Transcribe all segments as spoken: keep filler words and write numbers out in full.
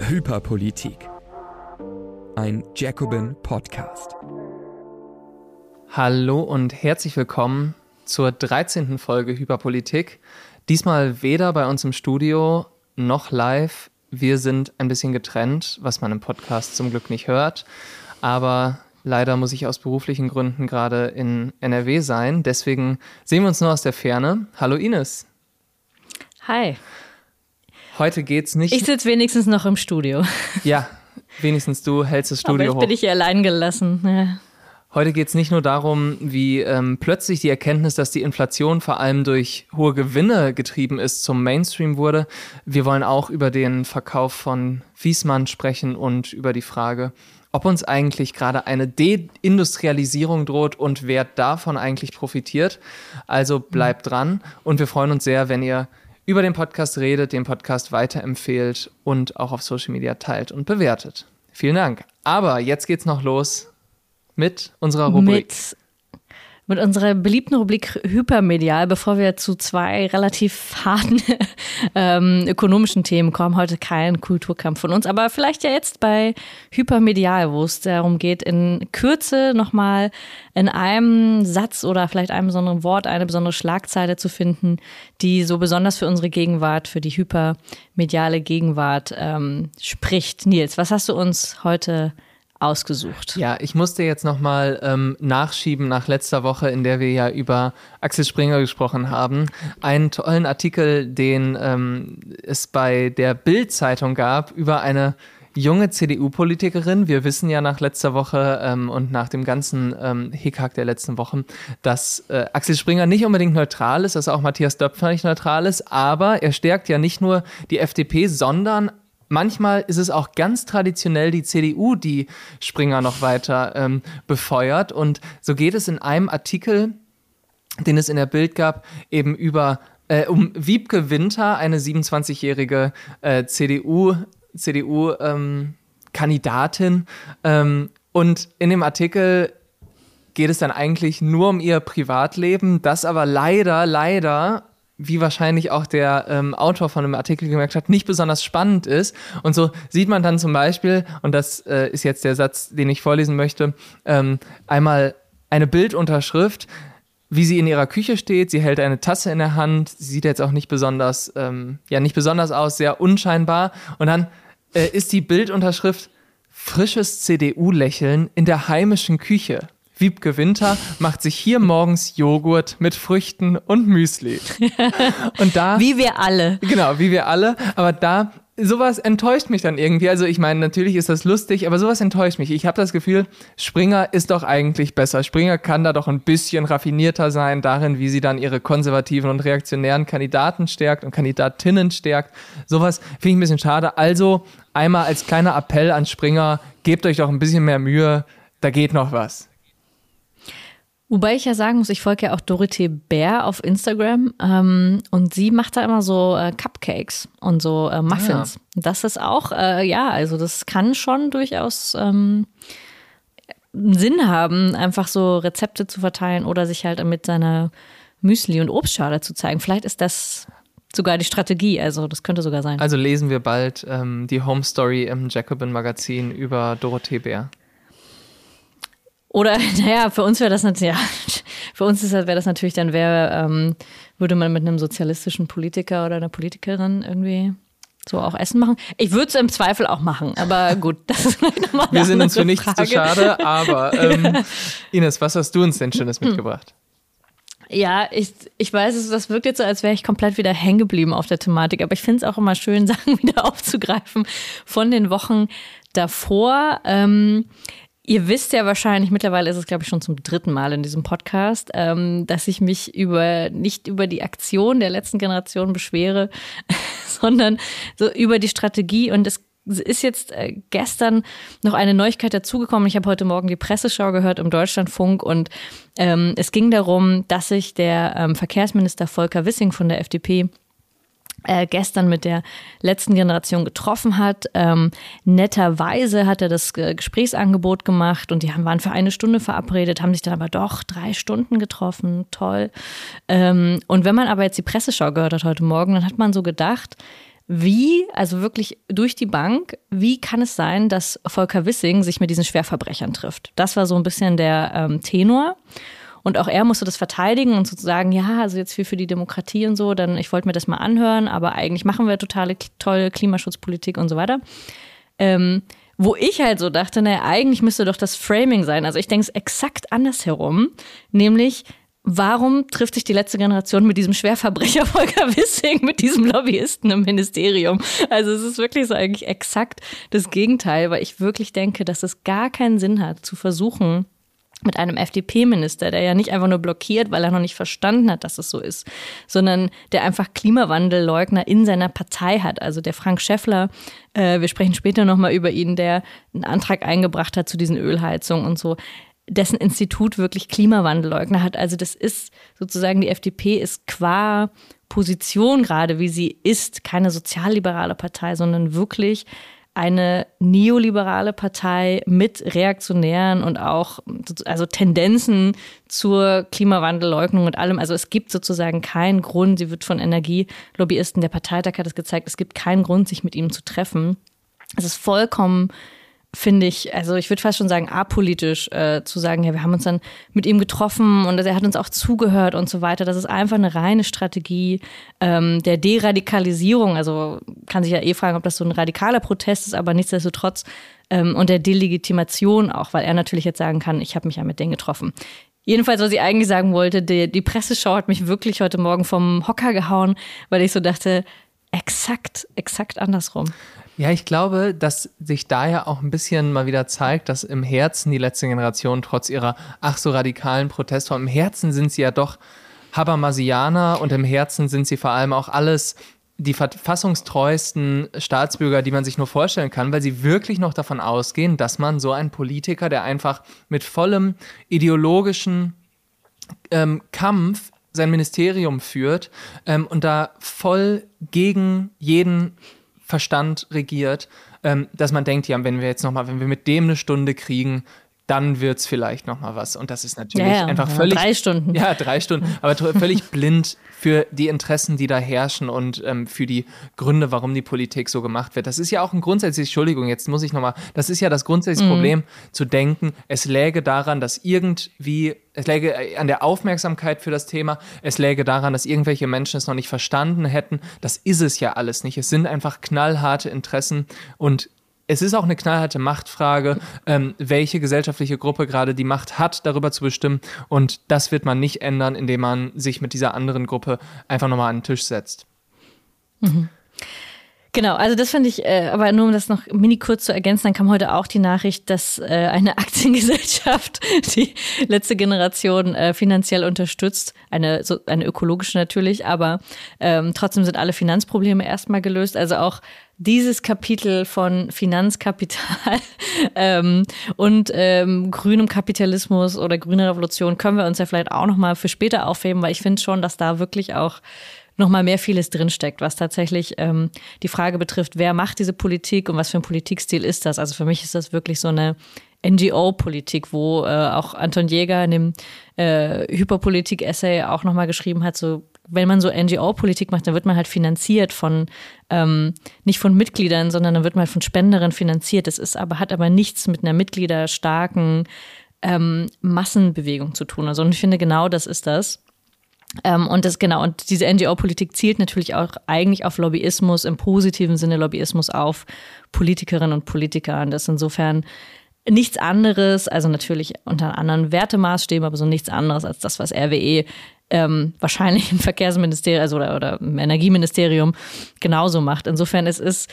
Hyperpolitik. Ein Jacobin-Podcast. Hallo und herzlich willkommen zur dreizehnten Folge Hyperpolitik. Diesmal weder bei uns im Studio noch live. Wir sind ein bisschen getrennt, was man im Podcast zum Glück nicht hört. Aber leider muss ich aus beruflichen Gründen gerade in N R W sein. Deswegen sehen wir uns nur aus der Ferne. Hallo Ines. Hi. Heute geht's nicht... Ich sitze wenigstens noch im Studio. Ja, wenigstens du hältst das Studio hoch. Aber jetzt bin ich hier allein gelassen. Ja. Heute geht es nicht nur darum, wie ähm, plötzlich die Erkenntnis, dass die Inflation vor allem durch hohe Gewinne getrieben ist, zum Mainstream wurde. Wir wollen auch über den Verkauf von Viessmann sprechen und über die Frage, ob uns eigentlich gerade eine Deindustrialisierung droht und wer davon eigentlich profitiert. Also bleibt mhm. dran und wir freuen uns sehr, wenn ihr über den Podcast redet, den Podcast weiterempfehlt und auch auf Social Media teilt und bewertet. Vielen Dank. Aber jetzt geht's noch los mit unserer Rubrik. Mit, mit unserer beliebten Rubrik Hypermedial, bevor wir zu zwei relativ harten ähm, ökonomischen Themen kommen. Heute kein Kulturkampf von uns, aber vielleicht ja jetzt bei Hypermedial, wo es darum geht, in Kürze nochmal in einem Satz oder vielleicht einem besonderen Wort eine besondere Schlagzeile zu finden, die so besonders für unsere Gegenwart, für die hypermediale Gegenwart ähm, spricht. Nils, was hast du uns heute ausgesucht? Ja, ich musste jetzt nochmal ähm, nachschieben nach letzter Woche, in der wir ja über Axel Springer gesprochen haben. Einen tollen Artikel, den ähm, es bei der Bild-Zeitung gab, über eine junge C D U-Politikerin. Wir wissen ja nach letzter Woche ähm, und nach dem ganzen ähm, Hickhack der letzten Wochen, dass äh, Axel Springer nicht unbedingt neutral ist, dass auch Matthias Döpfner nicht neutral ist, aber er stärkt ja nicht nur die F D P, sondern manchmal ist es auch ganz traditionell die C D U, die Springer noch weiter ähm, befeuert. Und so geht es in einem Artikel, den es in der Bild gab, eben über äh, um Wiebke Winter, eine siebenundzwanzigjährige äh, C D U, C D U-Kandidatin. Ähm, und in dem Artikel geht es dann eigentlich nur um ihr Privatleben, das aber leider, leider wie wahrscheinlich auch der ähm, Autor von dem Artikel gemerkt hat, nicht besonders spannend ist. Und so sieht man dann zum Beispiel, und das äh, ist jetzt der Satz, den ich vorlesen möchte, ähm, einmal eine Bildunterschrift, wie sie in ihrer Küche steht. Sie hält eine Tasse in der Hand. Sie sieht jetzt auch nicht besonders, ähm, ja, nicht besonders aus, sehr unscheinbar. Und dann äh, ist die Bildunterschrift frisches C D U-Lächeln in der heimischen Küche. Wiebke Winter macht sich hier morgens Joghurt mit Früchten und Müsli. Und da, wie wir alle. Genau, wie wir alle. Aber da, sowas enttäuscht mich dann irgendwie. Also ich meine, natürlich ist das lustig, aber sowas enttäuscht mich. Ich habe das Gefühl, Springer ist doch eigentlich besser. Springer kann da doch ein bisschen raffinierter sein darin, wie sie dann ihre konservativen und reaktionären Kandidaten stärkt und Kandidatinnen stärkt. Sowas finde ich ein bisschen schade. Also einmal als kleiner Appell an Springer, gebt euch doch ein bisschen mehr Mühe, da geht noch was. Wobei ich ja sagen muss, ich folge ja auch Dorothee Bär auf Instagram ähm, und sie macht da immer so äh, Cupcakes und so äh, Muffins. Ja. Das ist auch, äh, ja, also das kann schon durchaus ähm, Sinn haben, einfach so Rezepte zu verteilen oder sich halt mit seiner Müsli- und Obstschale zu zeigen. Vielleicht ist das sogar die Strategie, also das könnte sogar sein. Also lesen wir bald ähm, die Home Story im Jacobin-Magazin über Dorothee Bär. Oder, naja, für uns wäre das natürlich, ja, für uns wäre das natürlich dann, wäre, ähm, würde man mit einem sozialistischen Politiker oder einer Politikerin irgendwie so auch Essen machen. Ich würde es im Zweifel auch machen, aber gut, das ist vielleicht nochmal eine Wir sind uns für Frage. nichts zu schade, aber ähm, Ines, was hast du uns denn Schönes mitgebracht? Ja, ich, ich weiß, das wirkt jetzt so, als wäre ich komplett wieder hängen geblieben auf der Thematik, aber ich finde es auch immer schön, Sachen wieder aufzugreifen von den Wochen davor. Ähm, Ihr wisst ja wahrscheinlich, mittlerweile ist es, glaube ich, schon zum dritten Mal in diesem Podcast, ähm, dass ich mich über nicht über die Aktion der letzten Generation beschwere, sondern so über die Strategie. Und es ist jetzt äh, gestern noch eine Neuigkeit dazugekommen. Ich habe heute Morgen die Presseschau gehört im Deutschlandfunk und ähm, es ging darum, dass sich der ähm, Verkehrsminister Volker Wissing von der F D P Äh, gestern mit der letzten Generation getroffen hat. Ähm, netterweise hat er das äh, Gesprächsangebot gemacht und die haben, waren für eine Stunde verabredet, haben sich dann aber doch drei Stunden getroffen. Toll. Ähm, und wenn man aber jetzt die Presseschau gehört hat heute Morgen, dann hat man so gedacht, wie, also wirklich durch die Bank, wie kann es sein, dass Volker Wissing sich mit diesen Schwerverbrechern trifft? Das war so ein bisschen der ähm, Tenor. Und auch er musste das verteidigen und sozusagen, ja, also jetzt viel für die Demokratie und so, dann ich wollte mir das mal anhören, aber eigentlich machen wir totale tolle Klimaschutzpolitik und so weiter. Ähm, wo ich halt so dachte, naja, eigentlich müsste doch das Framing sein. Also ich denke es exakt andersherum, nämlich warum trifft sich die letzte Generation mit diesem Schwerverbrecher Volker Wissing, mit diesem Lobbyisten im Ministerium? Also es ist wirklich so eigentlich exakt das Gegenteil, weil ich wirklich denke, dass es gar keinen Sinn hat, zu versuchen, mit einem F D P-Minister, der ja nicht einfach nur blockiert, weil er noch nicht verstanden hat, dass es so ist, sondern der einfach Klimawandelleugner in seiner Partei hat. Also der Frank Schäffler, äh, wir sprechen später nochmal über ihn, der einen Antrag eingebracht hat zu diesen Ölheizungen und so, dessen Institut wirklich Klimawandelleugner hat. Also das ist sozusagen, die F D P ist qua Position gerade, wie sie ist, keine sozialliberale Partei, sondern wirklich eine neoliberale Partei mit reaktionären und auch also Tendenzen zur Klimawandelleugnung und allem. Also es gibt sozusagen keinen Grund, sie wird von Energielobbyisten, der Parteitag hat es gezeigt, es gibt keinen Grund, sich mit ihm zu treffen. Es ist vollkommen, finde ich, also ich würde fast schon sagen, apolitisch äh, zu sagen, ja, wir haben uns dann mit ihm getroffen und er hat uns auch zugehört und so weiter. Das ist einfach eine reine Strategie ähm, der Deradikalisierung. Also kann sich ja eh fragen, ob das so ein radikaler Protest ist, aber nichtsdestotrotz ähm, und der Delegitimation auch, weil er natürlich jetzt sagen kann, ich habe mich ja mit denen getroffen. Jedenfalls, was ich eigentlich sagen wollte, die, die Presseschau hat mich wirklich heute Morgen vom Hocker gehauen, weil ich so dachte, exakt, exakt andersrum. Ja, ich glaube, dass sich da ja auch ein bisschen mal wieder zeigt, dass im Herzen die letzte Generation trotz ihrer ach so radikalen Protestform, im Herzen sind sie ja doch Habermasianer und im Herzen sind sie vor allem auch alles die verfassungstreuesten Staatsbürger, die man sich nur vorstellen kann, weil sie wirklich noch davon ausgehen, dass man so einen Politiker, der einfach mit vollem ideologischen ähm, Kampf sein Ministerium führt ähm, und da voll gegen jeden Verstand regiert, ähm, dass man denkt, ja, wenn wir jetzt nochmal, wenn wir mit dem eine Stunde kriegen, dann wird's vielleicht nochmal was. Und das ist natürlich ja, ja, einfach ja, völlig... Drei Stunden. Ja, drei Stunden. Aber völlig blind für die Interessen, die da herrschen und ähm, für die Gründe, warum die Politik so gemacht wird. Das ist ja auch ein grundsätzliches, Entschuldigung, jetzt muss ich nochmal, das ist ja das grundsätzliche mhm. Problem, zu denken, es läge daran, dass irgendwie, es läge an der Aufmerksamkeit für das Thema, es läge daran, dass irgendwelche Menschen es noch nicht verstanden hätten. Das ist es ja alles nicht. Es sind einfach knallharte Interessen und es ist auch eine knallharte Machtfrage, ähm, welche gesellschaftliche Gruppe gerade die Macht hat, darüber zu bestimmen. Und das wird man nicht ändern, indem man sich mit dieser anderen Gruppe einfach nochmal an den Tisch setzt. Mhm. Genau, also das fand ich, äh, aber nur um das noch mini kurz zu ergänzen, dann kam heute auch die Nachricht, dass äh, eine Aktiengesellschaft die letzte Generation äh, finanziell unterstützt, eine, so, eine ökologische natürlich, aber ähm, trotzdem sind alle Finanzprobleme erstmal gelöst, also auch dieses Kapitel von Finanzkapital ähm, und ähm, grünem Kapitalismus oder grüner Revolution können wir uns ja vielleicht auch nochmal für später aufheben, weil ich finde schon, dass da wirklich auch nochmal mehr vieles drinsteckt, was tatsächlich ähm, die Frage betrifft, wer macht diese Politik und was für ein Politikstil ist das? Also für mich ist das wirklich so eine N G O-Politik, wo äh, auch Anton Jäger in dem äh, Hyperpolitik-Essay auch nochmal geschrieben hat, so wenn man so N G O-Politik macht, dann wird man halt finanziert von, ähm, nicht von Mitgliedern, sondern dann wird man halt von Spenderinnen finanziert. Das ist aber, hat aber nichts mit einer mitgliederstarken ähm, Massenbewegung zu tun. Also und ich finde, genau das ist das. Ähm, und das genau, und diese N G O-Politik zielt natürlich auch eigentlich auf Lobbyismus, im positiven Sinne Lobbyismus auf Politikerinnen und Politiker. Und das ist insofern nichts anderes, also natürlich unter anderen Wertemaßstäben, aber so nichts anderes als das, was R W E ähm, wahrscheinlich im Verkehrsministerium also oder, oder im Energieministerium genauso macht. Insofern es ist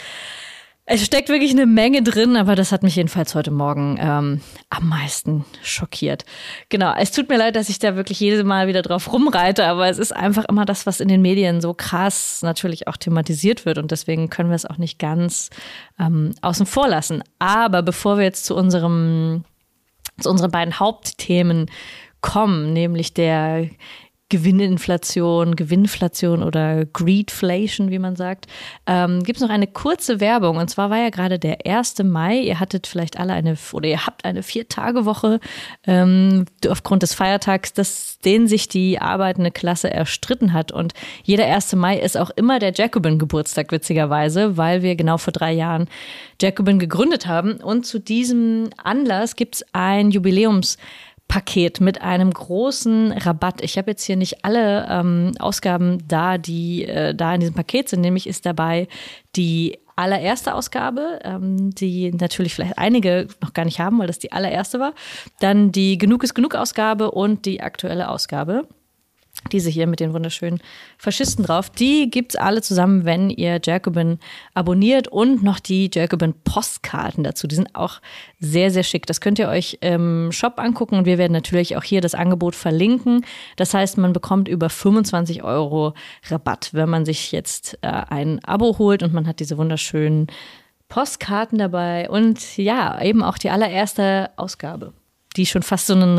es steckt wirklich eine Menge drin, aber das hat mich jedenfalls heute Morgen ähm, am meisten schockiert. Genau, es tut mir leid, dass ich da wirklich jedes Mal wieder drauf rumreite, aber es ist einfach immer das, was in den Medien so krass natürlich auch thematisiert wird und deswegen können wir es auch nicht ganz ähm, außen vor lassen. Aber bevor wir jetzt zu unserem, zu unseren beiden Hauptthemen kommen, nämlich der Gewinninflation, Gewinnflation oder Greedflation, wie man sagt, ähm, gibt es noch eine kurze Werbung. Und zwar war ja gerade der erste Mai. Ihr hattet vielleicht alle eine, oder ihr habt eine Vier-Tage-Woche ähm, aufgrund des Feiertags, das, den sich die arbeitende Klasse erstritten hat. Und jeder erste Mai ist auch immer der Jacobin-Geburtstag, witzigerweise, weil wir genau vor drei Jahren Jacobin gegründet haben. Und zu diesem Anlass gibt es ein Jubiläums- Paket mit einem großen Rabatt. Ich habe jetzt hier nicht alle ähm, Ausgaben da, die äh, da in diesem Paket sind. Nämlich ist dabei die allererste Ausgabe, ähm, die natürlich vielleicht einige noch gar nicht haben, weil das die allererste war. Dann die Genug ist genug Ausgabe und die aktuelle Ausgabe. Diese hier mit den wunderschönen Faschisten drauf, die gibt's alle zusammen, wenn ihr Jacobin abonniert, und noch die Jacobin-Postkarten dazu. Die sind auch sehr, sehr schick. Das könnt ihr euch im Shop angucken, und wir werden natürlich auch hier das Angebot verlinken. Das heißt, man bekommt über fünfundzwanzig Euro Rabatt, wenn man sich jetzt äh, ein Abo holt, und man hat diese wunderschönen Postkarten dabei und ja, eben auch die allererste Ausgabe, die schon fast so einen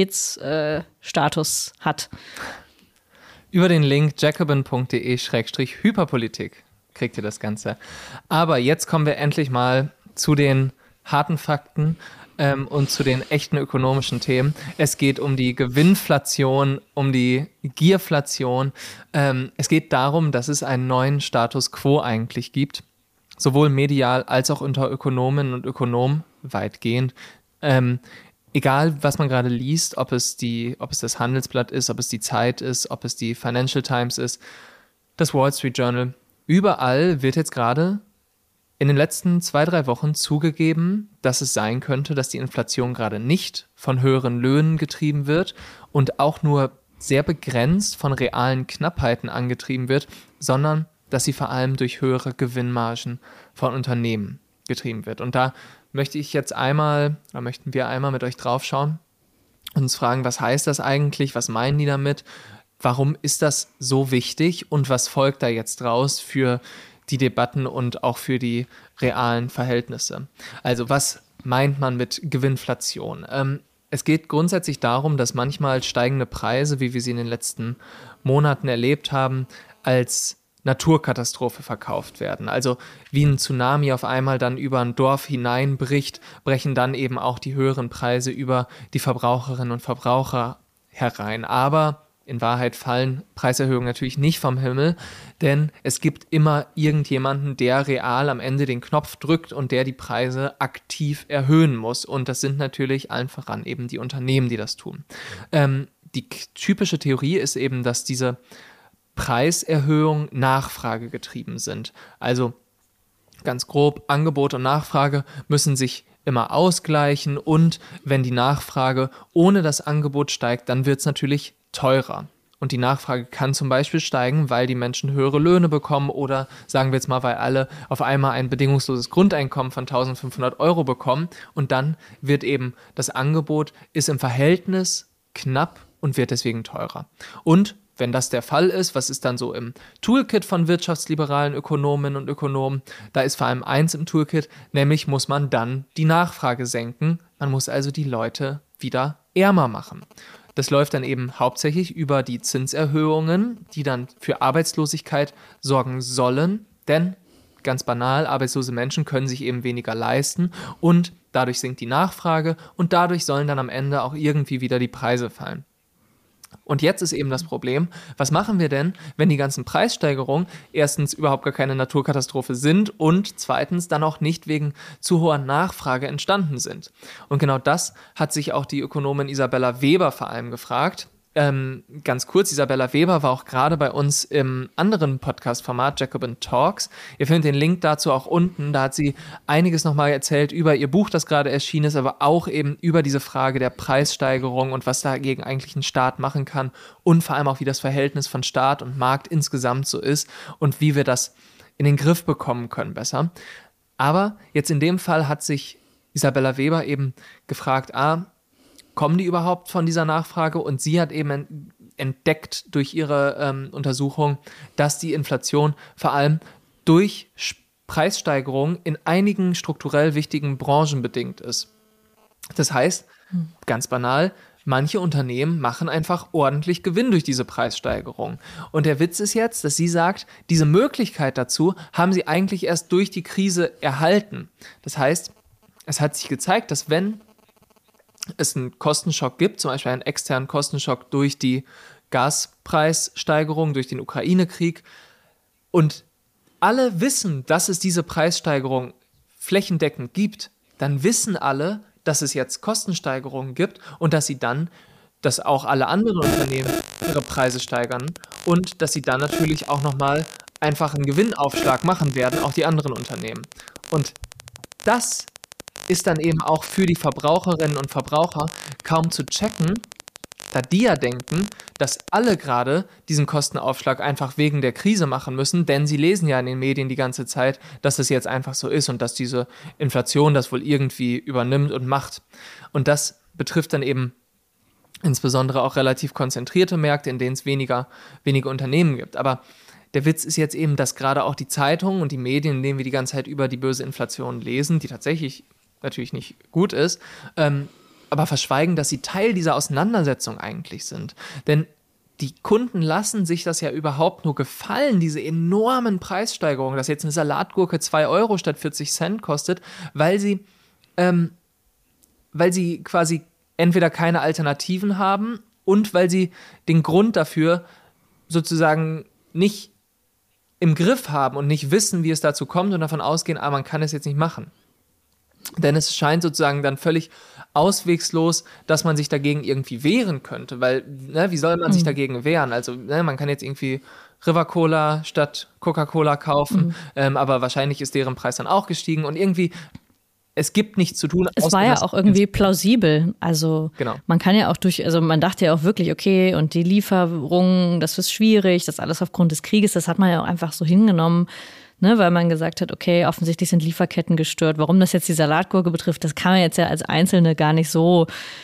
Raritätsstatus äh, hat. Über den Link jacobin.de schrägstrich Hyperpolitik kriegt ihr das Ganze. Aber jetzt kommen wir endlich mal zu den harten Fakten ähm, und zu den echten ökonomischen Themen. Es geht um die Gewinnflation, um die Gierflation. Ähm, es geht darum, dass es einen neuen Status quo eigentlich gibt, sowohl medial als auch unter Ökonominnen und Ökonomen weitgehend. Ähm, Egal, was man gerade liest, ob es die, ob es das Handelsblatt ist, ob es die Zeit ist, ob es die Financial Times ist, das Wall Street Journal, überall wird jetzt gerade in den letzten zwei, drei Wochen zugegeben, dass es sein könnte, dass die Inflation gerade nicht von höheren Löhnen getrieben wird und auch nur sehr begrenzt von realen Knappheiten angetrieben wird, sondern dass sie vor allem durch höhere Gewinnmargen von Unternehmen getrieben wird. Und da möchte ich jetzt einmal, da möchten wir einmal mit euch draufschauen und uns fragen, was heißt das eigentlich, was meinen die damit, warum ist das so wichtig und was folgt da jetzt raus für die Debatten und auch für die realen Verhältnisse. Also was meint man mit Gewinnflation? Ähm, es geht grundsätzlich darum, dass manchmal steigende Preise, wie wir sie in den letzten Monaten erlebt haben, als Naturkatastrophe verkauft werden. Also wie ein Tsunami auf einmal dann über ein Dorf hineinbricht, brechen dann eben auch die höheren Preise über die Verbraucherinnen und Verbraucher herein. Aber in Wahrheit fallen Preiserhöhungen natürlich nicht vom Himmel, denn es gibt immer irgendjemanden, der real am Ende den Knopf drückt und der die Preise aktiv erhöhen muss. Und das sind natürlich allen voran eben die Unternehmen, die das tun. Ähm, die typische Theorie ist eben, dass diese Preiserhöhungen Nachfrage getrieben sind. Also ganz grob, Angebot und Nachfrage müssen sich immer ausgleichen, und wenn die Nachfrage ohne das Angebot steigt, dann wird es natürlich teurer. Und die Nachfrage kann zum Beispiel steigen, weil die Menschen höhere Löhne bekommen oder, sagen wir jetzt mal, weil alle auf einmal ein bedingungsloses Grundeinkommen von eintausendfünfhundert Euro bekommen, und dann wird eben das Angebot ist im Verhältnis knapp und wird deswegen teurer. Und wenn das der Fall ist, was ist dann so im Toolkit von wirtschaftsliberalen Ökonominnen und Ökonomen? Da ist vor allem eins im Toolkit, nämlich muss man dann die Nachfrage senken. Man muss also die Leute wieder ärmer machen. Das läuft dann eben hauptsächlich über die Zinserhöhungen, die dann für Arbeitslosigkeit sorgen sollen. Denn, ganz banal, arbeitslose Menschen können sich eben weniger leisten und dadurch sinkt die Nachfrage und dadurch sollen dann am Ende auch irgendwie wieder die Preise fallen. Und jetzt ist eben das Problem, was machen wir denn, wenn die ganzen Preissteigerungen erstens überhaupt gar keine Naturkatastrophe sind und zweitens dann auch nicht wegen zu hoher Nachfrage entstanden sind? Und genau das hat sich auch die Ökonomin Isabella Weber vor allem gefragt. Ähm, ganz kurz, Isabella Weber war auch gerade bei uns im anderen Podcast-Format Jacobin Talks. Ihr findet den Link dazu auch unten. Da hat sie einiges nochmal erzählt über ihr Buch, das gerade erschienen ist, aber auch eben über diese Frage der Preissteigerung und was dagegen eigentlich ein Staat machen kann und vor allem auch, wie das Verhältnis von Staat und Markt insgesamt so ist und wie wir das in den Griff bekommen können besser. Aber jetzt in dem Fall hat sich Isabella Weber eben gefragt, ah, kommen die überhaupt von dieser Nachfrage? Und sie hat eben entdeckt durch ihre ähm, Untersuchung, dass die Inflation vor allem durch Preissteigerungen in einigen strukturell wichtigen Branchen bedingt ist. Das heißt, ganz banal, manche Unternehmen machen einfach ordentlich Gewinn durch diese Preissteigerung. Und der Witz ist jetzt, dass sie sagt, diese Möglichkeit dazu haben sie eigentlich erst durch die Krise erhalten. Das heißt, es hat sich gezeigt, dass wenn es einen Kostenschock gibt, zum Beispiel einen externen Kostenschock durch die Gaspreissteigerung, durch den Ukraine-Krieg, und alle wissen, dass es diese Preissteigerung flächendeckend gibt, dann wissen alle, dass es jetzt Kostensteigerungen gibt und dass sie dann, dass auch alle anderen Unternehmen ihre Preise steigern und dass sie dann natürlich auch nochmal einfach einen Gewinnaufschlag machen werden, auch die anderen Unternehmen. Und das ist dann eben auch für die Verbraucherinnen und Verbraucher kaum zu checken, da die ja denken, dass alle gerade diesen Kostenaufschlag einfach wegen der Krise machen müssen, denn sie lesen ja in den Medien die ganze Zeit, dass es jetzt einfach so ist und dass diese Inflation das wohl irgendwie übernimmt und macht. Und das betrifft dann eben insbesondere auch relativ konzentrierte Märkte, in denen es weniger, wenige Unternehmen gibt. Aber der Witz ist jetzt eben, dass gerade auch die Zeitungen und die Medien, in denen wir die ganze Zeit über die böse Inflation lesen, die tatsächlich natürlich nicht gut ist, ähm, aber verschweigen, dass sie Teil dieser Auseinandersetzung eigentlich sind. Denn die Kunden lassen sich das ja überhaupt nur gefallen, diese enormen Preissteigerungen, dass jetzt eine Salatgurke zwei Euro statt vierzig Cent kostet, weil sie, ähm, weil sie quasi entweder keine Alternativen haben und weil sie den Grund dafür sozusagen nicht im Griff haben und nicht wissen, wie es dazu kommt und davon ausgehen, ah, man kann es jetzt nicht machen. Denn es scheint sozusagen dann völlig auswegslos, dass man sich dagegen irgendwie wehren könnte, weil, ne, wie soll man mhm. sich dagegen wehren? Also, ne, man kann jetzt irgendwie River Cola statt Coca-Cola kaufen, mhm. ähm, aber wahrscheinlich ist deren Preis dann auch gestiegen und irgendwie, es gibt nichts zu tun. Es war ja auch irgendwie plausibel, also genau. Man kann ja auch durch, also man dachte ja auch wirklich, okay, und die Lieferungen, das ist schwierig, das alles aufgrund des Krieges, das hat man ja auch einfach so hingenommen. Ne, weil man gesagt hat, okay, offensichtlich sind Lieferketten gestört. Warum das jetzt die Salatgurke betrifft, das kann man jetzt ja als Einzelne gar nicht so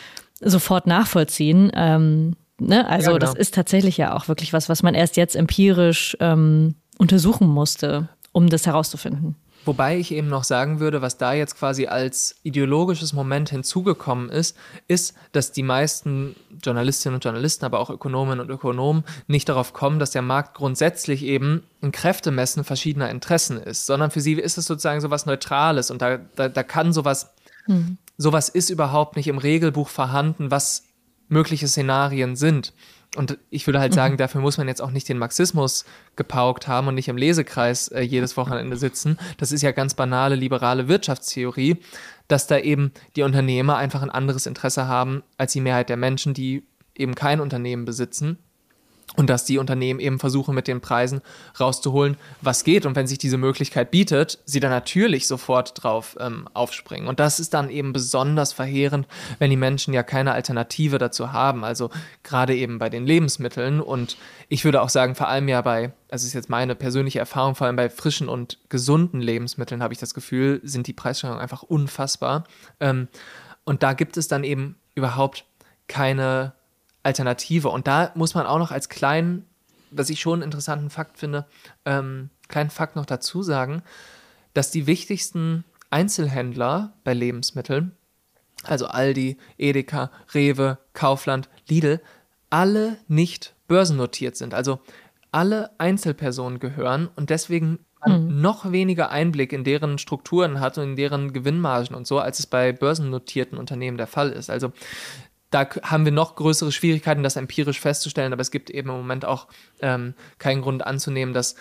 sofort nachvollziehen. Ähm, ne? Also ja, genau. Das ist tatsächlich ja auch wirklich was, was man erst jetzt empirisch ähm, untersuchen musste, um das herauszufinden. Wobei ich eben noch sagen würde, was da jetzt quasi als ideologisches Moment hinzugekommen ist, ist, dass die meisten Journalistinnen und Journalisten, aber auch Ökonominnen und Ökonomen nicht darauf kommen, dass der Markt grundsätzlich eben ein Kräftemessen verschiedener Interessen ist, sondern für sie ist es sozusagen sowas Neutrales und da, da, da kann sowas, mhm. sowas ist überhaupt nicht im Regelbuch vorhanden, was mögliche Szenarien sind. Und ich würde halt sagen, mhm. dafür muss man jetzt auch nicht den Marxismus gepaukt haben und nicht im Lesekreis äh, jedes Wochenende sitzen. Das ist ja ganz banale liberale Wirtschaftstheorie, dass da eben die Unternehmer einfach ein anderes Interesse haben als die Mehrheit der Menschen, die eben kein Unternehmen besitzen. Und dass die Unternehmen eben versuchen, mit den Preisen rauszuholen, was geht. Und wenn sich diese Möglichkeit bietet, sie dann natürlich sofort drauf ähm, aufspringen. Und das ist dann eben besonders verheerend, wenn die Menschen ja keine Alternative dazu haben. Also gerade eben bei den Lebensmitteln. Und ich würde auch sagen, vor allem ja bei, das ist jetzt meine persönliche Erfahrung, vor allem bei frischen und gesunden Lebensmitteln habe ich das Gefühl, sind die Preissteigerungen einfach unfassbar. Ähm, und da gibt es dann eben überhaupt keine Alternative. Und da muss man auch noch als kleinen, was ich schon einen interessanten Fakt finde, ähm, kleinen Fakt noch dazu sagen, dass die wichtigsten Einzelhändler bei Lebensmitteln, also Aldi, Edeka, Rewe, Kaufland, Lidl, alle nicht börsennotiert sind. Also alle Einzelpersonen gehören und deswegen man mhm. noch weniger Einblick in deren Strukturen hat und in deren Gewinnmargen und so, als es bei börsennotierten Unternehmen der Fall ist. Also da haben wir noch größere Schwierigkeiten, das empirisch festzustellen, aber es gibt eben im Moment auch ähm, keinen Grund anzunehmen, dass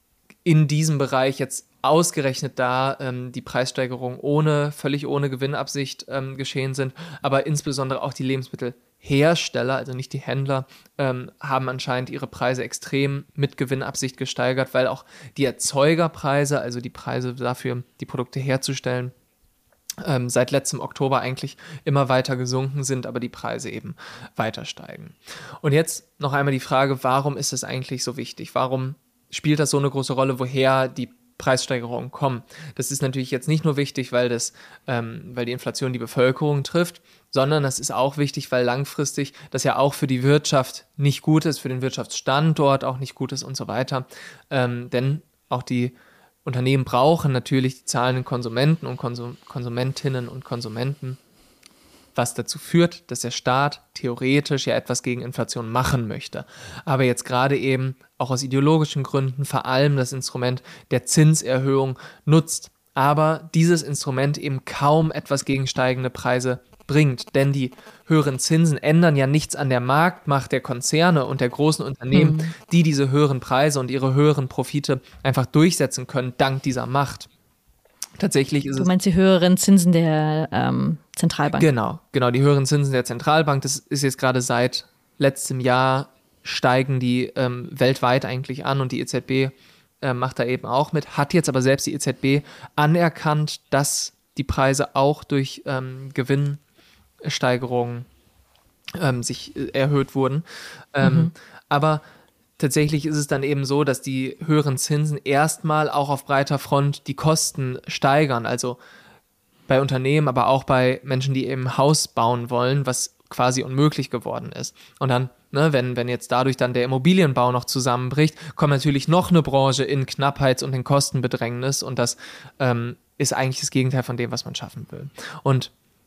in diesem Bereich jetzt ausgerechnet da ähm, die Preissteigerungen ohne, völlig ohne Gewinnabsicht ähm, geschehen sind, aber insbesondere auch die Lebensmittelhersteller, also nicht die Händler, ähm, haben anscheinend ihre Preise extrem mit Gewinnabsicht gesteigert, weil auch die Erzeugerpreise, also die Preise dafür, die Produkte herzustellen, Ähm, seit letztem Oktober eigentlich immer weiter gesunken sind, aber die Preise eben weiter steigen. Und jetzt noch einmal die Frage, warum ist es eigentlich so wichtig? Warum spielt das so eine große Rolle, woher die Preissteigerungen kommen? Das ist natürlich jetzt nicht nur wichtig, weil, das, ähm, weil die Inflation die Bevölkerung trifft, sondern das ist auch wichtig, weil langfristig das ja auch für die Wirtschaft nicht gut ist, für den Wirtschaftsstandort auch nicht gut ist und so weiter. Ähm, denn auch die Unternehmen brauchen natürlich die zahlenden Konsumenten und Konsum- Konsumentinnen und Konsumenten. was dazu führt, dass der Staat theoretisch ja etwas gegen Inflation machen möchte. Aber jetzt gerade eben auch aus ideologischen Gründen vor allem das Instrument der Zinserhöhung nutzt. Aber dieses Instrument eben kaum etwas gegen steigende Preise bringt. Denn die höheren Zinsen ändern ja nichts an der Marktmacht der Konzerne und der großen Unternehmen, mhm. die diese höheren Preise und ihre höheren Profite einfach durchsetzen können, dank dieser Macht. Tatsächlich ist es. Du meinst die höheren Zinsen der ähm, Zentralbank? Genau, genau, die höheren Zinsen der Zentralbank. Das ist jetzt gerade seit letztem Jahr steigen die ähm, weltweit eigentlich an und die E Z B äh, macht da eben auch mit. Hat jetzt aber selbst die E Z B anerkannt, dass die Preise auch durch ähm, Gewinnsteigerungen ähm, sich äh, erhöht wurden. Ähm, mhm. Aber tatsächlich ist es dann eben so, dass die höheren Zinsen erstmal auch auf breiter Front die Kosten steigern. Also bei Unternehmen, aber auch bei Menschen, die eben ein Haus bauen wollen, was quasi unmöglich geworden ist. Und dann, ne, wenn, wenn jetzt dadurch dann der Immobilienbau noch zusammenbricht, kommt natürlich noch eine Branche in Knappheits- und in Kostenbedrängnis. Und das ähm, ist eigentlich das Gegenteil von dem, was man schaffen will. Und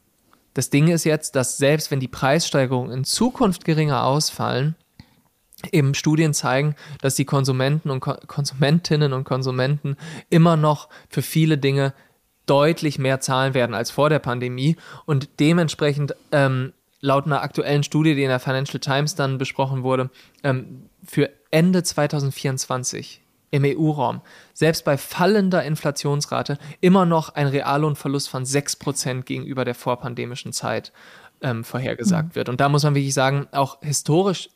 das Ding ist jetzt, dass selbst wenn die Preissteigerungen in Zukunft geringer ausfallen, eben Studien zeigen, dass die Konsumenten und Ko- Konsumentinnen und Konsumenten immer noch für viele Dinge deutlich mehr zahlen werden als vor der Pandemie und dementsprechend ähm, laut einer aktuellen Studie, die in der Financial Times dann besprochen wurde, ähm, für Ende zwanzig vierundzwanzig im E U-Raum, selbst bei fallender Inflationsrate, immer noch ein Reallohnverlust von sechs Prozent gegenüber der vorpandemischen Zeit ähm, vorhergesagt mhm. wird. Und da muss man wirklich sagen, auch historisch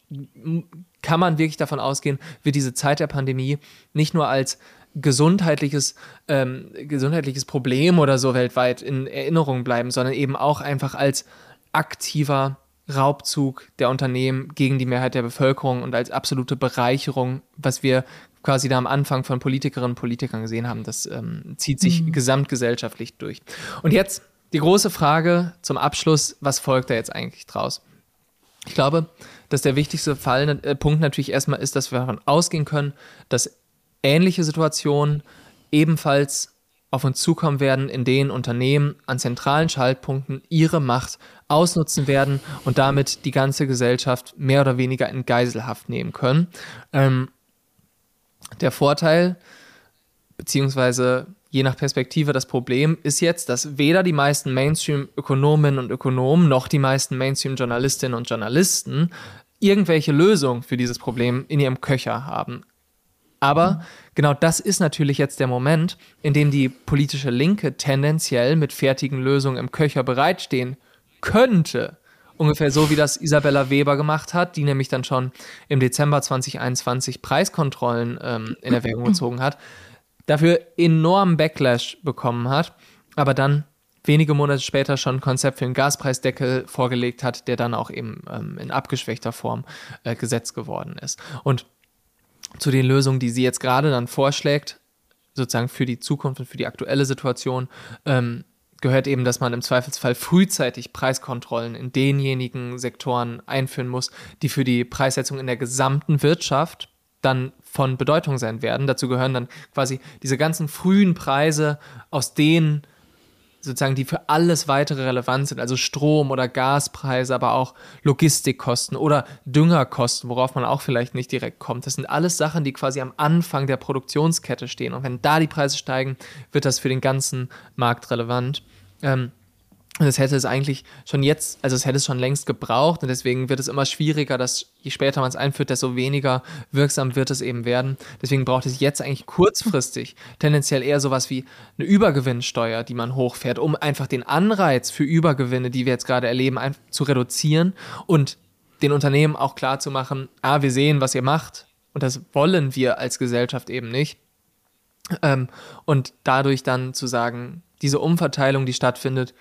kann man wirklich davon ausgehen, wird diese Zeit der Pandemie nicht nur als gesundheitliches, ähm, gesundheitliches Problem oder so weltweit in Erinnerung bleiben, sondern eben auch einfach als aktiver Raubzug der Unternehmen gegen die Mehrheit der Bevölkerung und als absolute Bereicherung, was wir quasi da am Anfang von Politikerinnen und Politikern gesehen haben. Das ähm, zieht sich mhm. gesamtgesellschaftlich durch. Und jetzt die große Frage zum Abschluss, was folgt da jetzt eigentlich draus? Ich glaube, dass der wichtigste Fall, äh, Punkt natürlich erstmal ist, dass wir davon ausgehen können, dass ähnliche Situationen ebenfalls auf uns zukommen werden, in denen Unternehmen an zentralen Schaltpunkten ihre Macht ausnutzen werden und damit die ganze Gesellschaft mehr oder weniger in Geiselhaft nehmen können. Ähm, der Vorteil, beziehungsweise je nach Perspektive das Problem, ist jetzt, dass weder die meisten Mainstream-Ökonominnen und Ökonomen noch die meisten Mainstream-Journalistinnen und Journalisten irgendwelche Lösungen für dieses Problem in ihrem Köcher haben. Aber mhm. genau das ist natürlich jetzt der Moment, in dem die politische Linke tendenziell mit fertigen Lösungen im Köcher bereitstehen könnte. Ungefähr so, wie das Isabella Weber gemacht hat, die nämlich dann schon im Dezember zwanzig einundzwanzig Preiskontrollen ähm, in Erwägung gezogen hat, dafür enormen Backlash bekommen hat, aber dann wenige Monate später schon ein Konzept für einen Gaspreisdeckel vorgelegt hat, der dann auch eben ähm, in abgeschwächter Form äh, Gesetz geworden ist. Und zu den Lösungen, die sie jetzt gerade dann vorschlägt, sozusagen für die Zukunft und für die aktuelle Situation, ähm, gehört eben, dass man im Zweifelsfall frühzeitig Preiskontrollen in denjenigen Sektoren einführen muss, die für die Preissetzung in der gesamten Wirtschaft dann von Bedeutung sein werden. Dazu gehören dann quasi diese ganzen frühen Preise, aus denen sozusagen die für alles weitere relevant sind, also Strom- oder Gaspreise, aber auch Logistikkosten oder Düngerkosten, worauf man auch vielleicht nicht direkt kommt. Das sind alles Sachen, die quasi am Anfang der Produktionskette stehen. Und wenn da die Preise steigen, wird das für den ganzen Markt relevant. Ähm, das hätte es eigentlich schon jetzt, also es hätte es schon längst gebraucht und deswegen wird es immer schwieriger, dass je später man es einführt, desto weniger wirksam wird es eben werden. Deswegen braucht es jetzt eigentlich kurzfristig tendenziell eher sowas wie eine Übergewinnsteuer, die man hochfährt, um einfach den Anreiz für Übergewinne, die wir jetzt gerade erleben, zu reduzieren und den Unternehmen auch klar zu machen, ah, wir sehen, was ihr macht und das wollen wir als Gesellschaft eben nicht. Ähm, und dadurch dann zu sagen, diese Umverteilung, die stattfindet,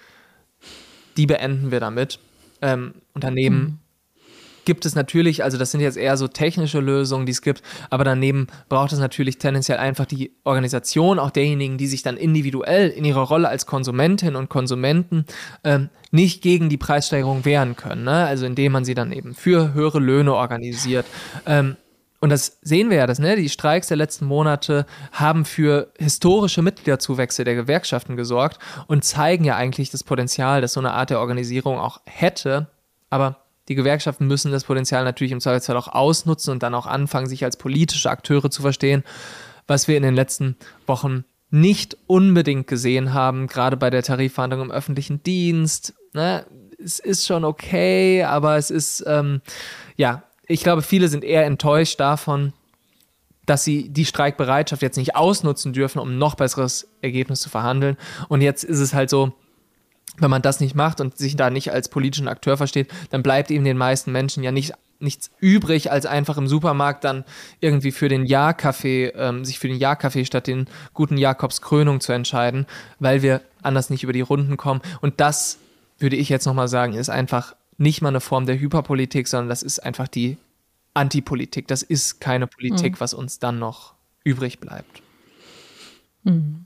die beenden wir damit. Ähm, und daneben mhm. gibt es natürlich, also das sind jetzt eher so technische Lösungen, die es gibt, aber daneben braucht es natürlich tendenziell einfach die Organisation, auch derjenigen, die sich dann individuell in ihrer Rolle als Konsumentinnen und Konsumenten ähm, nicht gegen die Preissteigerung wehren können. Ne? Also indem man sie dann eben für höhere Löhne organisiert. Ähm, und das sehen wir ja, dass, ne, die Streiks der letzten Monate haben für historische Mitgliederzuwächse der Gewerkschaften gesorgt und zeigen ja eigentlich das Potenzial, das so eine Art der Organisierung auch hätte. Aber die Gewerkschaften müssen das Potenzial natürlich im Zweifelsfall auch ausnutzen und dann auch anfangen, sich als politische Akteure zu verstehen, was wir in den letzten Wochen nicht unbedingt gesehen haben, gerade bei der Tarifverhandlung im öffentlichen Dienst. Ne? Es ist schon okay, aber es ist, ähm, ja, ich glaube, viele sind eher enttäuscht davon, dass sie die Streikbereitschaft jetzt nicht ausnutzen dürfen, um ein noch besseres Ergebnis zu verhandeln. Und jetzt ist es halt so, wenn man das nicht macht und sich da nicht als politischen Akteur versteht, dann bleibt eben den meisten Menschen ja nicht, nichts übrig, als einfach im Supermarkt dann irgendwie für den Ja-Kaffee, ähm, sich für den Ja-Kaffee statt den guten Jakobskrönung zu entscheiden, weil wir anders nicht über die Runden kommen. Und das, würde ich jetzt nochmal sagen, ist einfach nicht mal eine Form der Hyperpolitik, sondern das ist einfach die Antipolitik. Das ist keine Politik, mhm. was uns dann noch übrig bleibt. Mhm.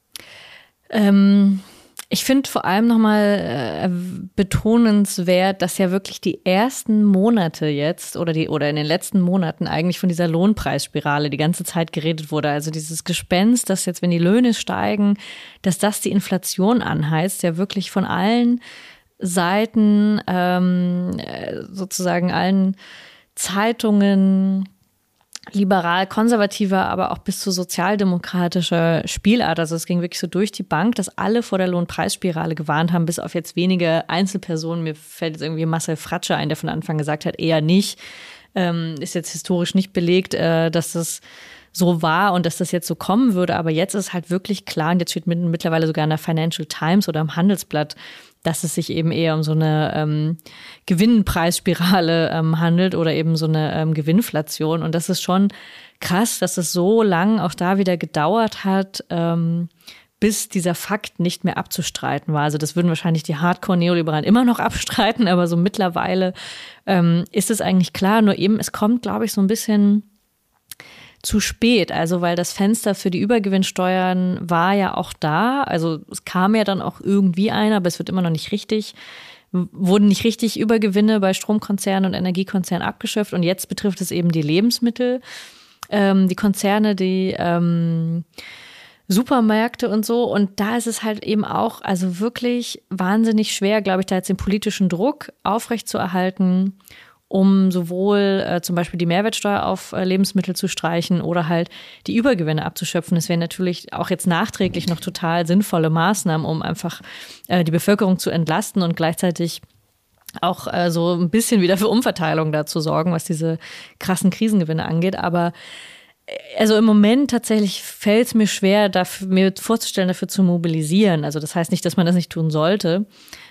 Ähm, ich finde vor allem nochmal äh, betonenswert, dass ja wirklich die ersten Monate jetzt oder die oder in den letzten Monaten eigentlich von dieser Lohnpreisspirale die ganze Zeit geredet wurde. Also dieses Gespenst, dass jetzt, wenn die Löhne steigen, dass das die Inflation anheizt, ja wirklich von allen Seiten, ähm, sozusagen allen Zeitungen, liberal, konservativer, aber auch bis zu sozialdemokratischer Spielart. Also es ging wirklich so durch die Bank, dass alle vor der Lohnpreisspirale gewarnt haben, bis auf jetzt wenige Einzelpersonen. Mir fällt jetzt irgendwie Marcel Fratscher ein, der von Anfang gesagt hat, eher nicht. Ähm, ist jetzt historisch nicht belegt, äh, dass das so war und dass das jetzt so kommen würde. Aber jetzt ist halt wirklich klar, und jetzt steht mittlerweile sogar in der Financial Times oder im Handelsblatt, dass es sich eben eher um so eine ähm, Gewinnpreisspirale ähm, handelt oder eben so eine ähm, Gewinnflation. Und das ist schon krass, dass es so lang auch da wieder gedauert hat, ähm, bis dieser Fakt nicht mehr abzustreiten war. Also das würden wahrscheinlich die Hardcore-Neoliberalen immer noch abstreiten, aber so mittlerweile ähm, ist es eigentlich klar. Nur eben, es kommt, glaube ich, so ein bisschen zu spät, also weil das Fenster für die Übergewinnsteuern war ja auch da, also es kam ja dann auch irgendwie einer, aber es wird immer noch nicht richtig, wurden nicht richtig Übergewinne bei Stromkonzernen und Energiekonzernen abgeschöpft und jetzt betrifft es eben die Lebensmittel, ähm, die Konzerne, die ähm, Supermärkte und so und da ist es halt eben auch, also wirklich wahnsinnig schwer, glaube ich, da jetzt den politischen Druck aufrechtzuerhalten, um sowohl äh, zum Beispiel die Mehrwertsteuer auf äh, Lebensmittel zu streichen oder halt die Übergewinne abzuschöpfen. Das wären natürlich auch jetzt nachträglich noch total sinnvolle Maßnahmen, um einfach äh, die Bevölkerung zu entlasten und gleichzeitig auch äh, so ein bisschen wieder für Umverteilung da zu sorgen, was diese krassen Krisengewinne angeht. Aber also im Moment tatsächlich fällt es mir schwer, dafür, mir vorzustellen, dafür zu mobilisieren. Also das heißt nicht, dass man das nicht tun sollte.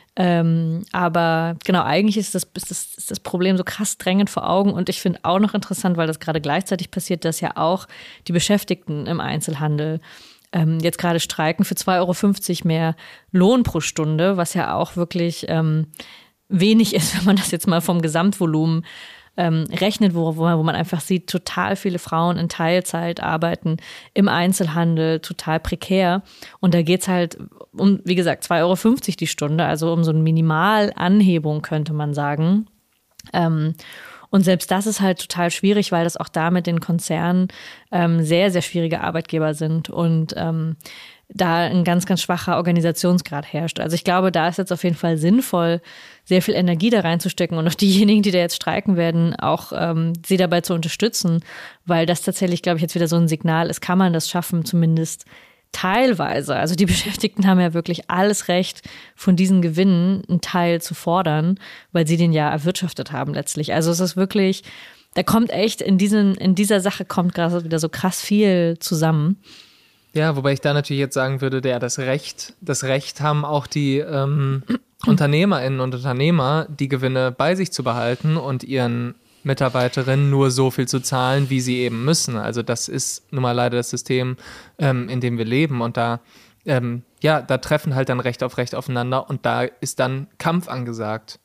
Ähm, aber genau, eigentlich ist das, ist, das, ist das Problem so krass drängend vor Augen und ich finde auch noch interessant, weil das gerade gleichzeitig passiert, dass ja auch die Beschäftigten im Einzelhandel ähm, jetzt gerade streiken für zwei Euro fünfzig mehr Lohn pro Stunde, was ja auch wirklich ähm, wenig ist, wenn man das jetzt mal vom Gesamtvolumen Ähm, rechnet, wo, wo man einfach sieht, total viele Frauen in Teilzeit arbeiten im Einzelhandel, total prekär. Und da geht's halt um, wie gesagt, zwei Euro fünfzig die Stunde, also um so eine Minimalanhebung, könnte man sagen. Ähm, und selbst das ist halt total schwierig, weil das auch da mit den Konzernen ähm, sehr, sehr schwierige Arbeitgeber sind und ähm, da ein ganz, ganz schwacher Organisationsgrad herrscht. Also ich glaube, da ist jetzt auf jeden Fall sinnvoll, sehr viel Energie da reinzustecken und auch diejenigen, die da jetzt streiken werden, auch ähm, sie dabei zu unterstützen, weil das tatsächlich, glaube ich, jetzt wieder so ein Signal ist, kann man das schaffen, zumindest teilweise. Also die Beschäftigten haben ja wirklich alles Recht, von diesen Gewinnen einen Teil zu fordern, weil sie den ja erwirtschaftet haben letztlich. Also es ist wirklich, da kommt echt in diesen, in dieser Sache kommt gerade wieder so krass viel zusammen. Ja, wobei ich da natürlich jetzt sagen würde, der das Recht, das Recht haben auch die ähm, UnternehmerInnen und Unternehmer, die Gewinne bei sich zu behalten und ihren Mitarbeiterinnen nur so viel zu zahlen, wie sie eben müssen. Also das ist nun mal leider das System, ähm, in dem wir leben und da, ähm, ja, da treffen halt dann Recht auf Recht aufeinander und da ist dann Kampf angesagt.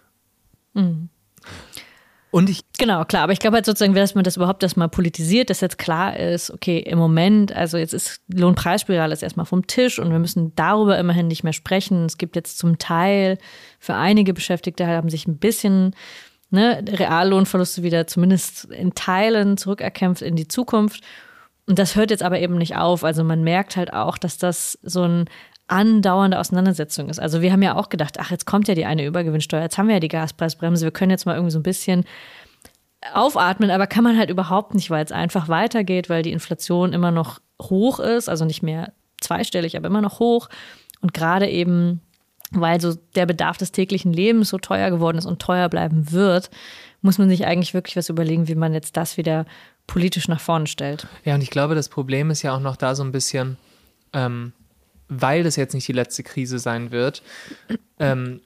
Mhm. Und ich genau, klar, aber ich glaube halt sozusagen, dass man das überhaupt erstmal politisiert, dass jetzt klar ist, okay, im Moment, also jetzt ist Lohnpreisspirale ist erstmal vom Tisch und wir müssen darüber immerhin nicht mehr sprechen. Es gibt jetzt zum Teil für einige Beschäftigte haben sich ein bisschen ne, Reallohnverluste wieder zumindest in Teilen zurückerkämpft in die Zukunft. Und das hört jetzt aber eben nicht auf. Also man merkt halt auch, dass das so ein andauernde Auseinandersetzung ist. Also wir haben ja auch gedacht, ach, jetzt kommt ja die eine Übergewinnsteuer, jetzt haben wir ja die Gaspreisbremse, wir können jetzt mal irgendwie so ein bisschen aufatmen, aber kann man halt überhaupt nicht, weil es einfach weitergeht, weil die Inflation immer noch hoch ist, also nicht mehr zweistellig, aber immer noch hoch. Und gerade eben, weil so der Bedarf des täglichen Lebens so teuer geworden ist und teuer bleiben wird, muss man sich eigentlich wirklich was überlegen, wie man jetzt das wieder politisch nach vorne stellt. Ja, und ich glaube, das Problem ist ja auch noch da so ein bisschen, ähm, weil das jetzt nicht die letzte Krise sein wird, ähm,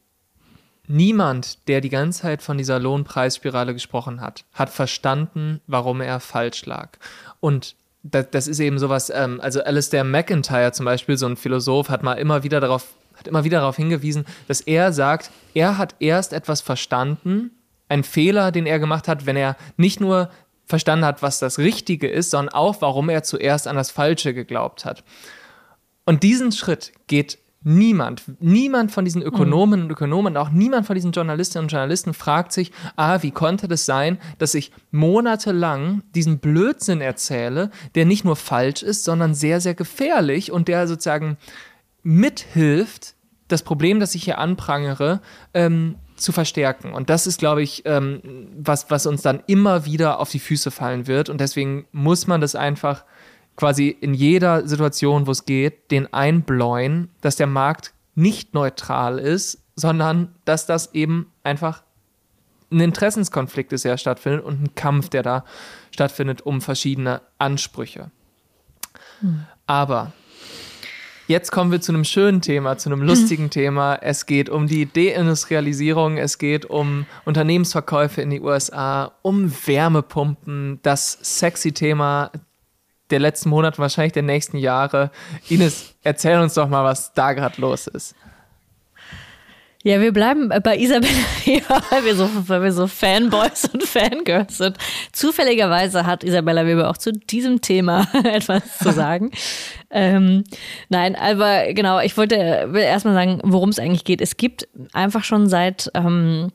niemand, der die ganze Zeit von dieser Lohnpreisspirale gesprochen hat, hat verstanden, warum er falsch lag. Und das, das ist eben sowas, ähm, also Alistair McIntyre zum Beispiel, so ein Philosoph, hat mal immer wieder darauf, hat immer wieder darauf hingewiesen, dass er sagt, er hat erst etwas verstanden, ein Fehler, den er gemacht hat, wenn er nicht nur verstanden hat, was das Richtige ist, sondern auch, warum er zuerst an das Falsche geglaubt hat. Und diesen Schritt geht niemand, niemand von diesen Ökonomen und Ökonomen, auch niemand von diesen Journalistinnen und Journalisten fragt sich, ah, wie konnte das sein, dass ich monatelang diesen Blödsinn erzähle, der nicht nur falsch ist, sondern sehr, sehr gefährlich und der sozusagen mithilft, das Problem, das ich hier anprangere, ähm, zu verstärken. Und das ist, glaube ich, ähm, was, was uns dann immer wieder auf die Füße fallen wird. Und deswegen muss man das einfach quasi in jeder Situation, wo es geht, den einbläuen, dass der Markt nicht neutral ist, sondern dass das eben einfach ein Interessenskonflikt ist, der stattfindet und ein Kampf, der da stattfindet um verschiedene Ansprüche. Hm. Aber jetzt kommen wir zu einem schönen Thema, zu einem lustigen hm. Thema. Es geht um die Deindustrialisierung, es geht um Unternehmensverkäufe in die U S A, um Wärmepumpen, das sexy Thema der letzten Monate, wahrscheinlich der nächsten Jahre. Ines, erzähl uns doch mal, was da gerade los ist. Ja, wir bleiben bei Isabella Weber, weil wir so, weil wir so Fanboys und Fangirls sind. Zufälligerweise hat Isabella Weber auch zu diesem Thema etwas zu sagen. ähm, nein, aber genau, ich wollte will erstmal sagen, worum es eigentlich geht. Es gibt einfach schon seit ähm,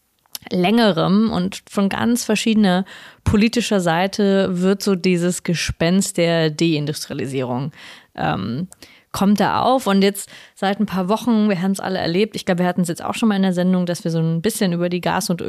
längerem und von ganz verschiedener politischer Seite wird so dieses Gespenst der Deindustrialisierung ähm, kommt da auf. Und jetzt seit ein paar Wochen, wir haben es alle erlebt, ich glaube, wir hatten es jetzt auch schon mal in der Sendung, dass wir so ein bisschen über die Gas- und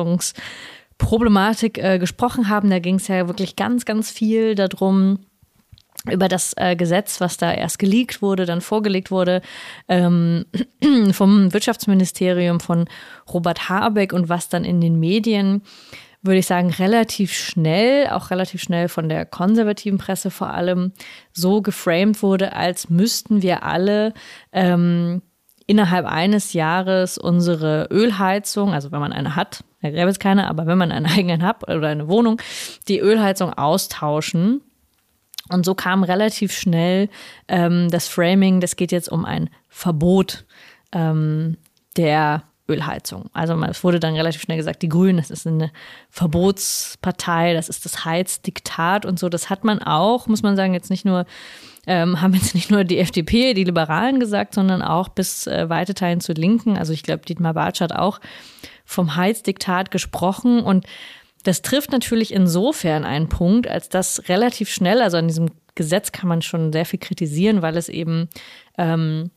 Ölheizungsproblematik äh, gesprochen haben. Da ging es ja wirklich ganz, ganz viel darum, über das äh, Gesetz, was da erst geleakt wurde, dann vorgelegt wurde, ähm, vom Wirtschaftsministerium von Robert Habeck und was dann in den Medien, würde ich sagen, relativ schnell, auch relativ schnell von der konservativen Presse vor allem, so geframed wurde, als müssten wir alle ähm, innerhalb eines Jahres unsere Ölheizung, also wenn man eine hat, da gäbe es keine, aber wenn man eine eigene hat oder eine Wohnung, die Ölheizung austauschen. Und so kam relativ schnell ähm, das Framing, das geht jetzt um ein Verbot ähm, der Ölheizung. Also es wurde dann relativ schnell gesagt, die Grünen, das ist eine Verbotspartei, das ist das Heizdiktat und so. Das hat man auch, muss man sagen, jetzt nicht nur, ähm, haben jetzt nicht nur die F D P, die Liberalen gesagt, sondern auch bis äh, weite Teilen zur Linken. Also ich glaube, Dietmar Bartsch hat auch vom Heizdiktat gesprochen und das trifft natürlich insofern einen Punkt, als das relativ schnell, also an diesem Gesetz kann man schon sehr viel kritisieren, weil es eben ähm,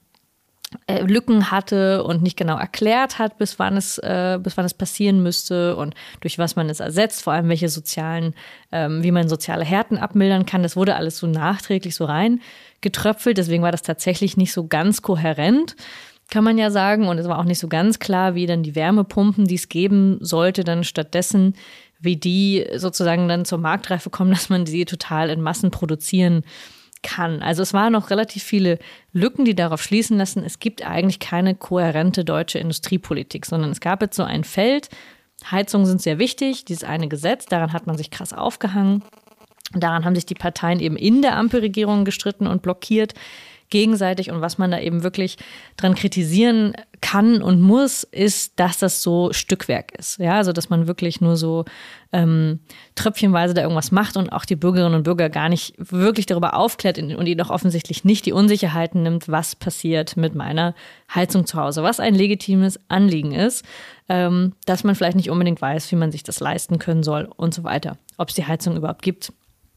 Lücken hatte und nicht genau erklärt hat, bis wann es, äh, bis wann es passieren müsste und durch was man es ersetzt, vor allem welche sozialen, ähm, wie man soziale Härten abmildern kann. Das wurde alles so nachträglich so reingetröpfelt, deswegen war das tatsächlich nicht so ganz kohärent, kann man ja sagen. Und es war auch nicht so ganz klar, wie dann die Wärmepumpen, die es geben sollte, dann stattdessen, wie die sozusagen dann zur Marktreife kommen, dass man sie total in Massen produzieren kann. Also es waren noch relativ viele Lücken, die darauf schließen lassen, es gibt eigentlich keine kohärente deutsche Industriepolitik, sondern es gab jetzt so ein Feld, Heizungen sind sehr wichtig, dieses eine Gesetz, daran hat man sich krass aufgehangen. Daran haben sich die Parteien eben in der Ampelregierung gestritten und blockiert. gegenseitig. Und was man da eben wirklich dran kritisieren kann und muss, ist, dass das so Stückwerk ist. Ja, also dass man wirklich nur so ähm, tröpfchenweise da irgendwas macht und auch die Bürgerinnen und Bürger gar nicht wirklich darüber aufklärt und ihnen auch offensichtlich nicht die Unsicherheiten nimmt, was passiert mit meiner Heizung zu Hause, was ein legitimes Anliegen ist, ähm, dass man vielleicht nicht unbedingt weiß, wie man sich das leisten können soll und so weiter, ob es die Heizung überhaupt gibt.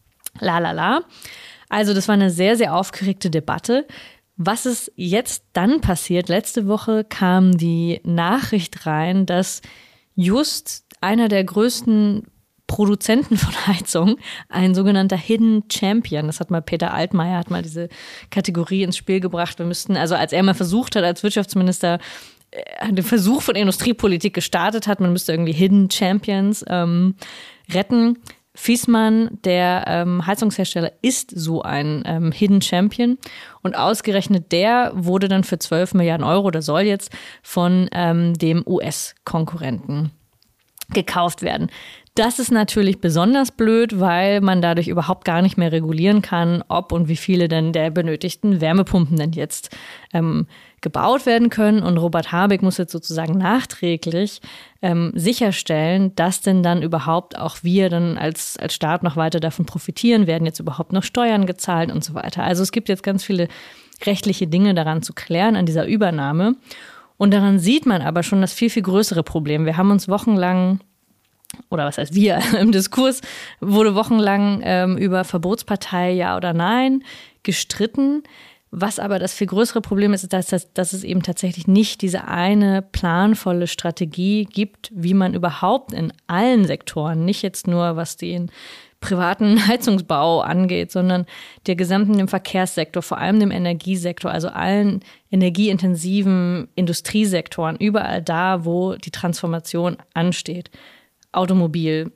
La la la. Also das war eine sehr, sehr aufgeregte Debatte. Was ist jetzt dann passiert? Letzte Woche kam die Nachricht rein, dass just einer der größten Produzenten von Heizung, ein sogenannter Hidden Champion, das hat mal Peter Altmaier, hat mal diese Kategorie ins Spiel gebracht. Wir müssten, also als er mal versucht hat, als Wirtschaftsminister, den Versuch von Industriepolitik gestartet hat, man müsste irgendwie Hidden Champions ähm, retten. Viessmann, der ähm, Heizungshersteller, ist so ein ähm, Hidden Champion und ausgerechnet der wurde dann für zwölf Milliarden Euro, oder soll jetzt, von ähm, dem U S-Konkurrenten gekauft werden. Das ist natürlich besonders blöd, weil man dadurch überhaupt gar nicht mehr regulieren kann, ob und wie viele denn der benötigten Wärmepumpen denn jetzt ähm, gebaut werden können. Und Robert Habeck muss jetzt sozusagen nachträglich ähm, sicherstellen, dass denn dann überhaupt auch wir dann als, als Staat noch weiter davon profitieren, werden jetzt überhaupt noch Steuern gezahlt und so weiter. Also es gibt jetzt ganz viele rechtliche Dinge daran zu klären, an dieser Übernahme. Und daran sieht man aber schon das viel, viel größere Problem. Wir haben uns wochenlang, oder was heißt wir, im Diskurs wurde wochenlang ähm, über Verbotspartei ja oder nein gestritten. Was aber das viel größere Problem ist, ist, dass, dass, dass es eben tatsächlich nicht diese eine planvolle Strategie gibt, wie man überhaupt in allen Sektoren, nicht jetzt nur was den privaten Heizungsbau angeht, sondern der gesamten dem Verkehrssektor, vor allem dem Energiesektor, also allen energieintensiven Industriesektoren, überall da, wo die Transformation ansteht. Automobil,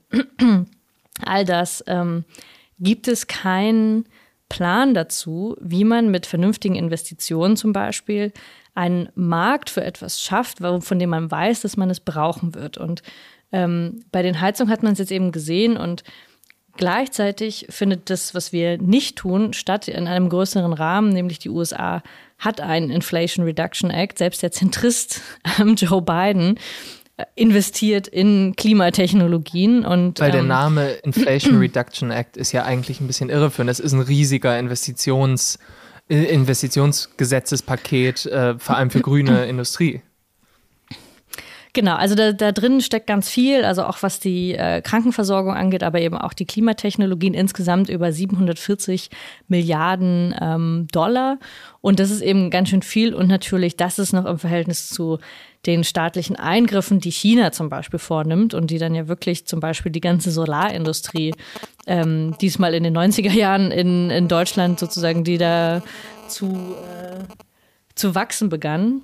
all das, ähm, gibt es keinen Plan dazu, wie man mit vernünftigen Investitionen zum Beispiel einen Markt für etwas schafft, von dem man weiß, dass man es brauchen wird. Und ähm, bei den Heizungen hat man es jetzt eben gesehen und gleichzeitig findet das, was wir nicht tun, statt in einem größeren Rahmen, nämlich die U S A hat einen Inflation Reduction Act, selbst der Zentrist ähm, Joe Biden investiert in Klimatechnologien. Und, Weil der ähm, Name Inflation Reduction Act ist ja eigentlich ein bisschen irreführend. Das ist ein riesiger Investitions, Investitionsgesetzespaket, äh, vor allem für grüne Industrie. Genau, also da, da drin steckt ganz viel, also auch was die äh, Krankenversorgung angeht, aber eben auch die Klimatechnologien, insgesamt über siebenhundertvierzig Milliarden ähm, Dollar. Und das ist eben ganz schön viel und natürlich, das ist noch im Verhältnis zu den staatlichen Eingriffen, die China zum Beispiel vornimmt und die dann ja wirklich zum Beispiel die ganze Solarindustrie ähm, diesmal in den neunziger Jahren in, in Deutschland sozusagen, die da zu, äh, zu wachsen begann,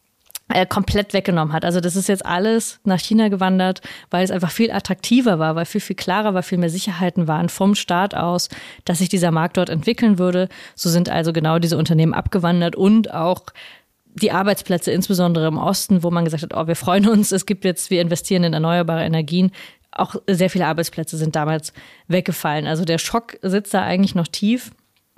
äh, komplett weggenommen hat. Also das ist jetzt alles nach China gewandert, weil es einfach viel attraktiver war, weil viel, viel klarer war, viel mehr Sicherheiten waren vom Staat aus, dass sich dieser Markt dort entwickeln würde. So sind also genau diese Unternehmen abgewandert und auch die Arbeitsplätze, insbesondere im Osten, wo man gesagt hat, oh, wir freuen uns, es gibt jetzt, wir investieren in erneuerbare Energien. Auch sehr viele Arbeitsplätze sind damals weggefallen. Also der Schock sitzt da eigentlich noch tief.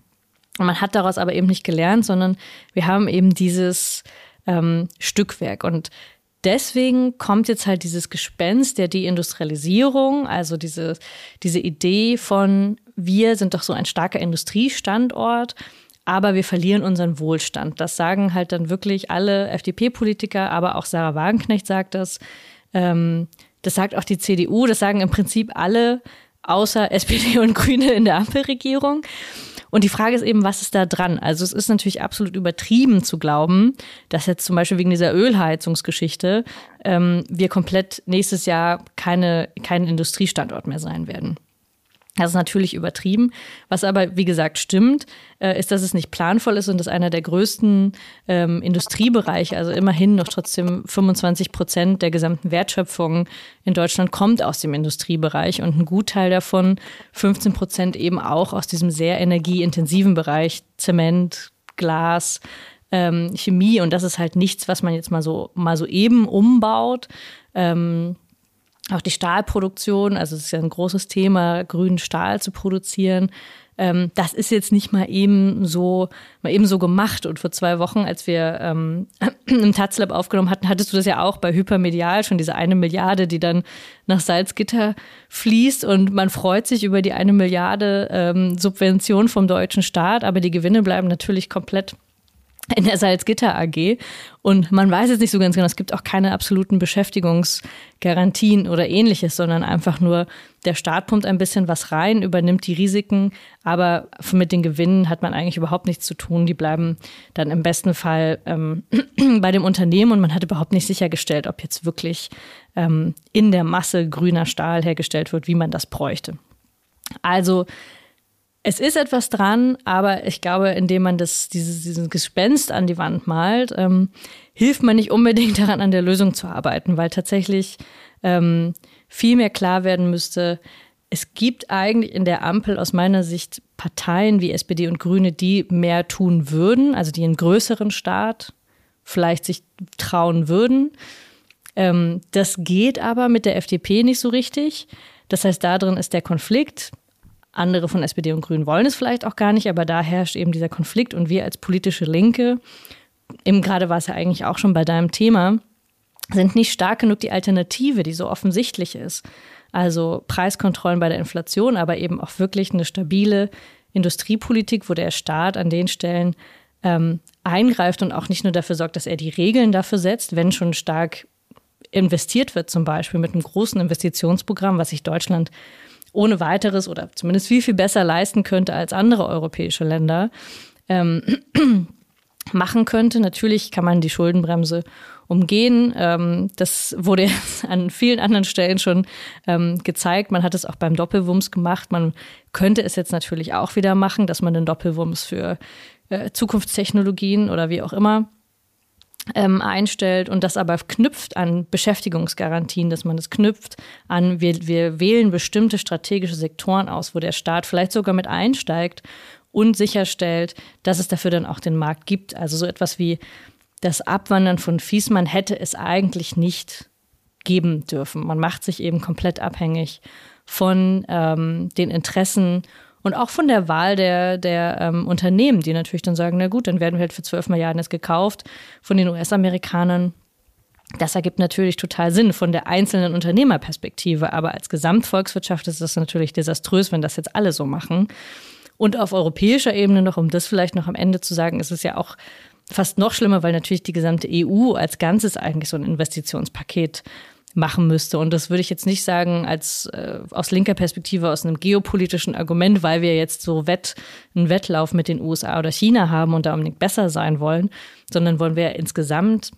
Und man hat daraus aber eben nicht gelernt, sondern wir haben eben dieses ähm, Stückwerk. Und deswegen kommt jetzt halt dieses Gespenst der Deindustrialisierung, also diese, diese Idee von, wir sind doch so ein starker Industriestandort, aber wir verlieren unseren Wohlstand. Das sagen halt dann wirklich alle F D P-Politiker, aber auch Sarah Wagenknecht sagt das. Ähm, das sagt auch die C D U, das sagen im Prinzip alle, außer S P D und Grüne in der Ampelregierung. Und die Frage ist eben, was ist da dran? Also es ist natürlich absolut übertrieben zu glauben, dass jetzt zum Beispiel wegen dieser Ölheizungsgeschichte ähm, wir komplett nächstes Jahr keine, kein Industriestandort mehr sein werden. Das ist natürlich übertrieben. Was aber, wie gesagt, stimmt, äh, ist, dass es nicht planvoll ist und dass einer der größten ähm, Industriebereiche, also immerhin noch trotzdem fünfundzwanzig Prozent der gesamten Wertschöpfung in Deutschland kommt aus dem Industriebereich und ein Gutteil davon, fünfzehn Prozent eben auch aus diesem sehr energieintensiven Bereich, Zement, Glas, ähm, Chemie. Und das ist halt nichts, was man jetzt mal so, mal so eben umbaut. Ähm, Auch die Stahlproduktion, also es ist ja ein großes Thema, grünen Stahl zu produzieren. Ähm, das ist jetzt nicht mal eben so, mal eben so gemacht. Und vor zwei Wochen, als wir ähm, im Taz-Lab aufgenommen hatten, hattest du das ja auch bei Hypermedial, schon diese eine Milliarde, die dann nach Salzgitter fließt. Und man freut sich über die eine Milliarde ähm, Subvention vom deutschen Staat, aber die Gewinne bleiben natürlich komplett in der Salzgitter A G. Und man weiß jetzt nicht so ganz genau, es gibt auch keine absoluten Beschäftigungsgarantien oder ähnliches, sondern einfach nur, der Staat pumpt ein bisschen was rein, übernimmt die Risiken, aber mit den Gewinnen hat man eigentlich überhaupt nichts zu tun. Die bleiben dann im besten Fall ähm, bei dem Unternehmen und man hat überhaupt nicht sichergestellt, ob jetzt wirklich ähm, in der Masse grüner Stahl hergestellt wird, wie man das bräuchte. Also es ist etwas dran, aber ich glaube, indem man das, dieses, dieses Gespenst an die Wand malt, ähm, hilft man nicht unbedingt daran, an der Lösung zu arbeiten, weil tatsächlich ähm, viel mehr klar werden müsste, es gibt eigentlich in der Ampel aus meiner Sicht Parteien wie S P D und Grüne, die mehr tun würden, also die einen größeren Staat vielleicht sich trauen würden. Ähm, das geht aber mit der F D P nicht so richtig. Das heißt, da drin ist der Konflikt. Andere von S P D und Grünen wollen es vielleicht auch gar nicht, aber da herrscht eben dieser Konflikt und wir als politische Linke, eben gerade war es ja eigentlich auch schon bei deinem Thema, sind nicht stark genug die Alternative, die so offensichtlich ist. Also Preiskontrollen bei der Inflation, aber eben auch wirklich eine stabile Industriepolitik, wo der Staat an den Stellen ähm, eingreift und auch nicht nur dafür sorgt, dass er die Regeln dafür setzt, wenn schon stark investiert wird, zum Beispiel mit einem großen Investitionsprogramm, was sich Deutschland ohne weiteres oder zumindest viel, viel besser leisten könnte als andere europäische Länder, ähm, machen könnte. Natürlich kann man die Schuldenbremse umgehen. Ähm, das wurde jetzt an vielen anderen Stellen schon ähm, gezeigt. Man hat es auch beim Doppelwumms gemacht. Man könnte es jetzt natürlich auch wieder machen, dass man den Doppelwumms für äh, Zukunftstechnologien oder wie auch immer Ähm, einstellt und das aber knüpft an Beschäftigungsgarantien, dass man das knüpft an, wir, wir wählen bestimmte strategische Sektoren aus, wo der Staat vielleicht sogar mit einsteigt und sicherstellt, dass es dafür dann auch den Markt gibt. Also so etwas wie das Abwandern von Fiesmann hätte es eigentlich nicht geben dürfen. Man macht sich eben komplett abhängig von ähm, den Interessen und auch von der Wahl der, der ähm, Unternehmen, die natürlich dann sagen, na gut, dann werden wir halt für zwölf Milliarden jetzt gekauft von den U S-Amerikanern. Das ergibt natürlich total Sinn von der einzelnen Unternehmerperspektive. Aber als Gesamtvolkswirtschaft ist das natürlich desaströs, wenn das jetzt alle so machen. Und auf europäischer Ebene noch, um das vielleicht noch am Ende zu sagen, ist es ja auch fast noch schlimmer, weil natürlich die gesamte E U als Ganzes eigentlich so ein Investitionspaket machen müsste. Und das würde ich jetzt nicht sagen als äh, aus linker Perspektive, aus einem geopolitischen Argument, weil wir jetzt so Wett, einen Wettlauf mit den U S A oder China haben und da unbedingt besser sein wollen, sondern wollen wir insgesamt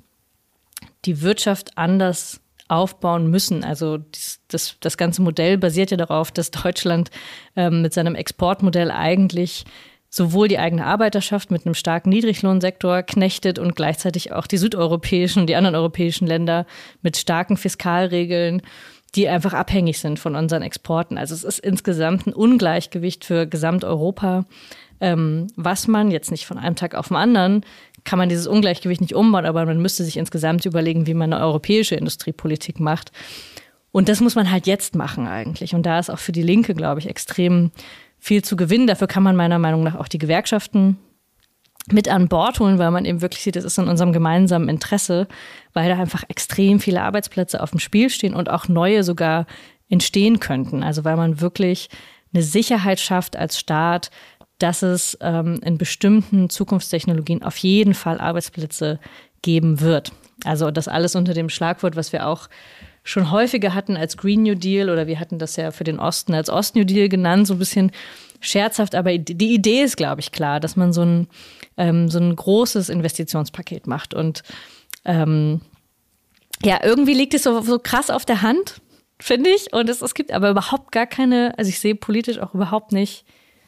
die Wirtschaft anders aufbauen müssen. Also das, das, das ganze Modell basiert ja darauf, dass Deutschland ähm, mit seinem Exportmodell eigentlich sowohl die eigene Arbeiterschaft mit einem starken Niedriglohnsektor knechtet und gleichzeitig auch die südeuropäischen und die anderen europäischen Länder mit starken Fiskalregeln, die einfach abhängig sind von unseren Exporten. Also es ist insgesamt ein Ungleichgewicht für Gesamteuropa, ähm, was man jetzt nicht von einem Tag auf den anderen, kann man dieses Ungleichgewicht nicht umbauen, aber man müsste sich insgesamt überlegen, wie man eine europäische Industriepolitik macht. Und das muss man halt jetzt machen eigentlich. Und da ist auch für die Linke, glaube ich, extrem viel zu gewinnen. Dafür kann man meiner Meinung nach auch die Gewerkschaften mit an Bord holen, weil man eben wirklich sieht, das ist in unserem gemeinsamen Interesse, weil da einfach extrem viele Arbeitsplätze auf dem Spiel stehen und auch neue sogar entstehen könnten. Also weil man wirklich eine Sicherheit schafft als Staat, dass es ähm, in bestimmten Zukunftstechnologien auf jeden Fall Arbeitsplätze geben wird. Also das alles unter dem Schlagwort, was wir auch schon häufiger hatten als Green New Deal oder wir hatten das ja für den Osten als Ost New Deal genannt, so ein bisschen scherzhaft. Aber die Idee ist, glaube ich, klar, dass man so ein, ähm, so ein großes Investitionspaket macht. Und ähm, ja, irgendwie liegt es so, so krass auf der Hand, finde ich. Und es, es gibt aber überhaupt gar keine, also ich sehe politisch auch überhaupt nicht,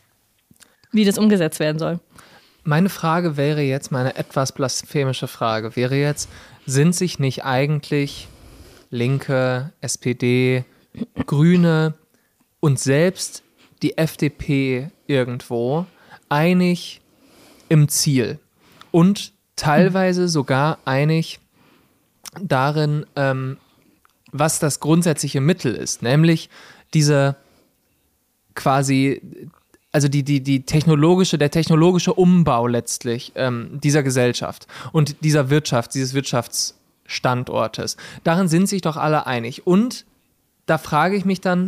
wie das umgesetzt werden soll. Meine Frage wäre jetzt, meine etwas blasphemische Frage, wäre jetzt, sind sich nicht eigentlich Linke, S P D, Grüne und selbst die F D P irgendwo einig im Ziel und teilweise sogar einig darin, ähm, was das grundsätzliche Mittel ist, nämlich diese quasi, also die, die, die technologische, der technologische Umbau letztlich ähm, dieser Gesellschaft und dieser Wirtschaft, dieses Wirtschaftsstandortes. Darin sind sich doch alle einig. Und da frage ich mich dann,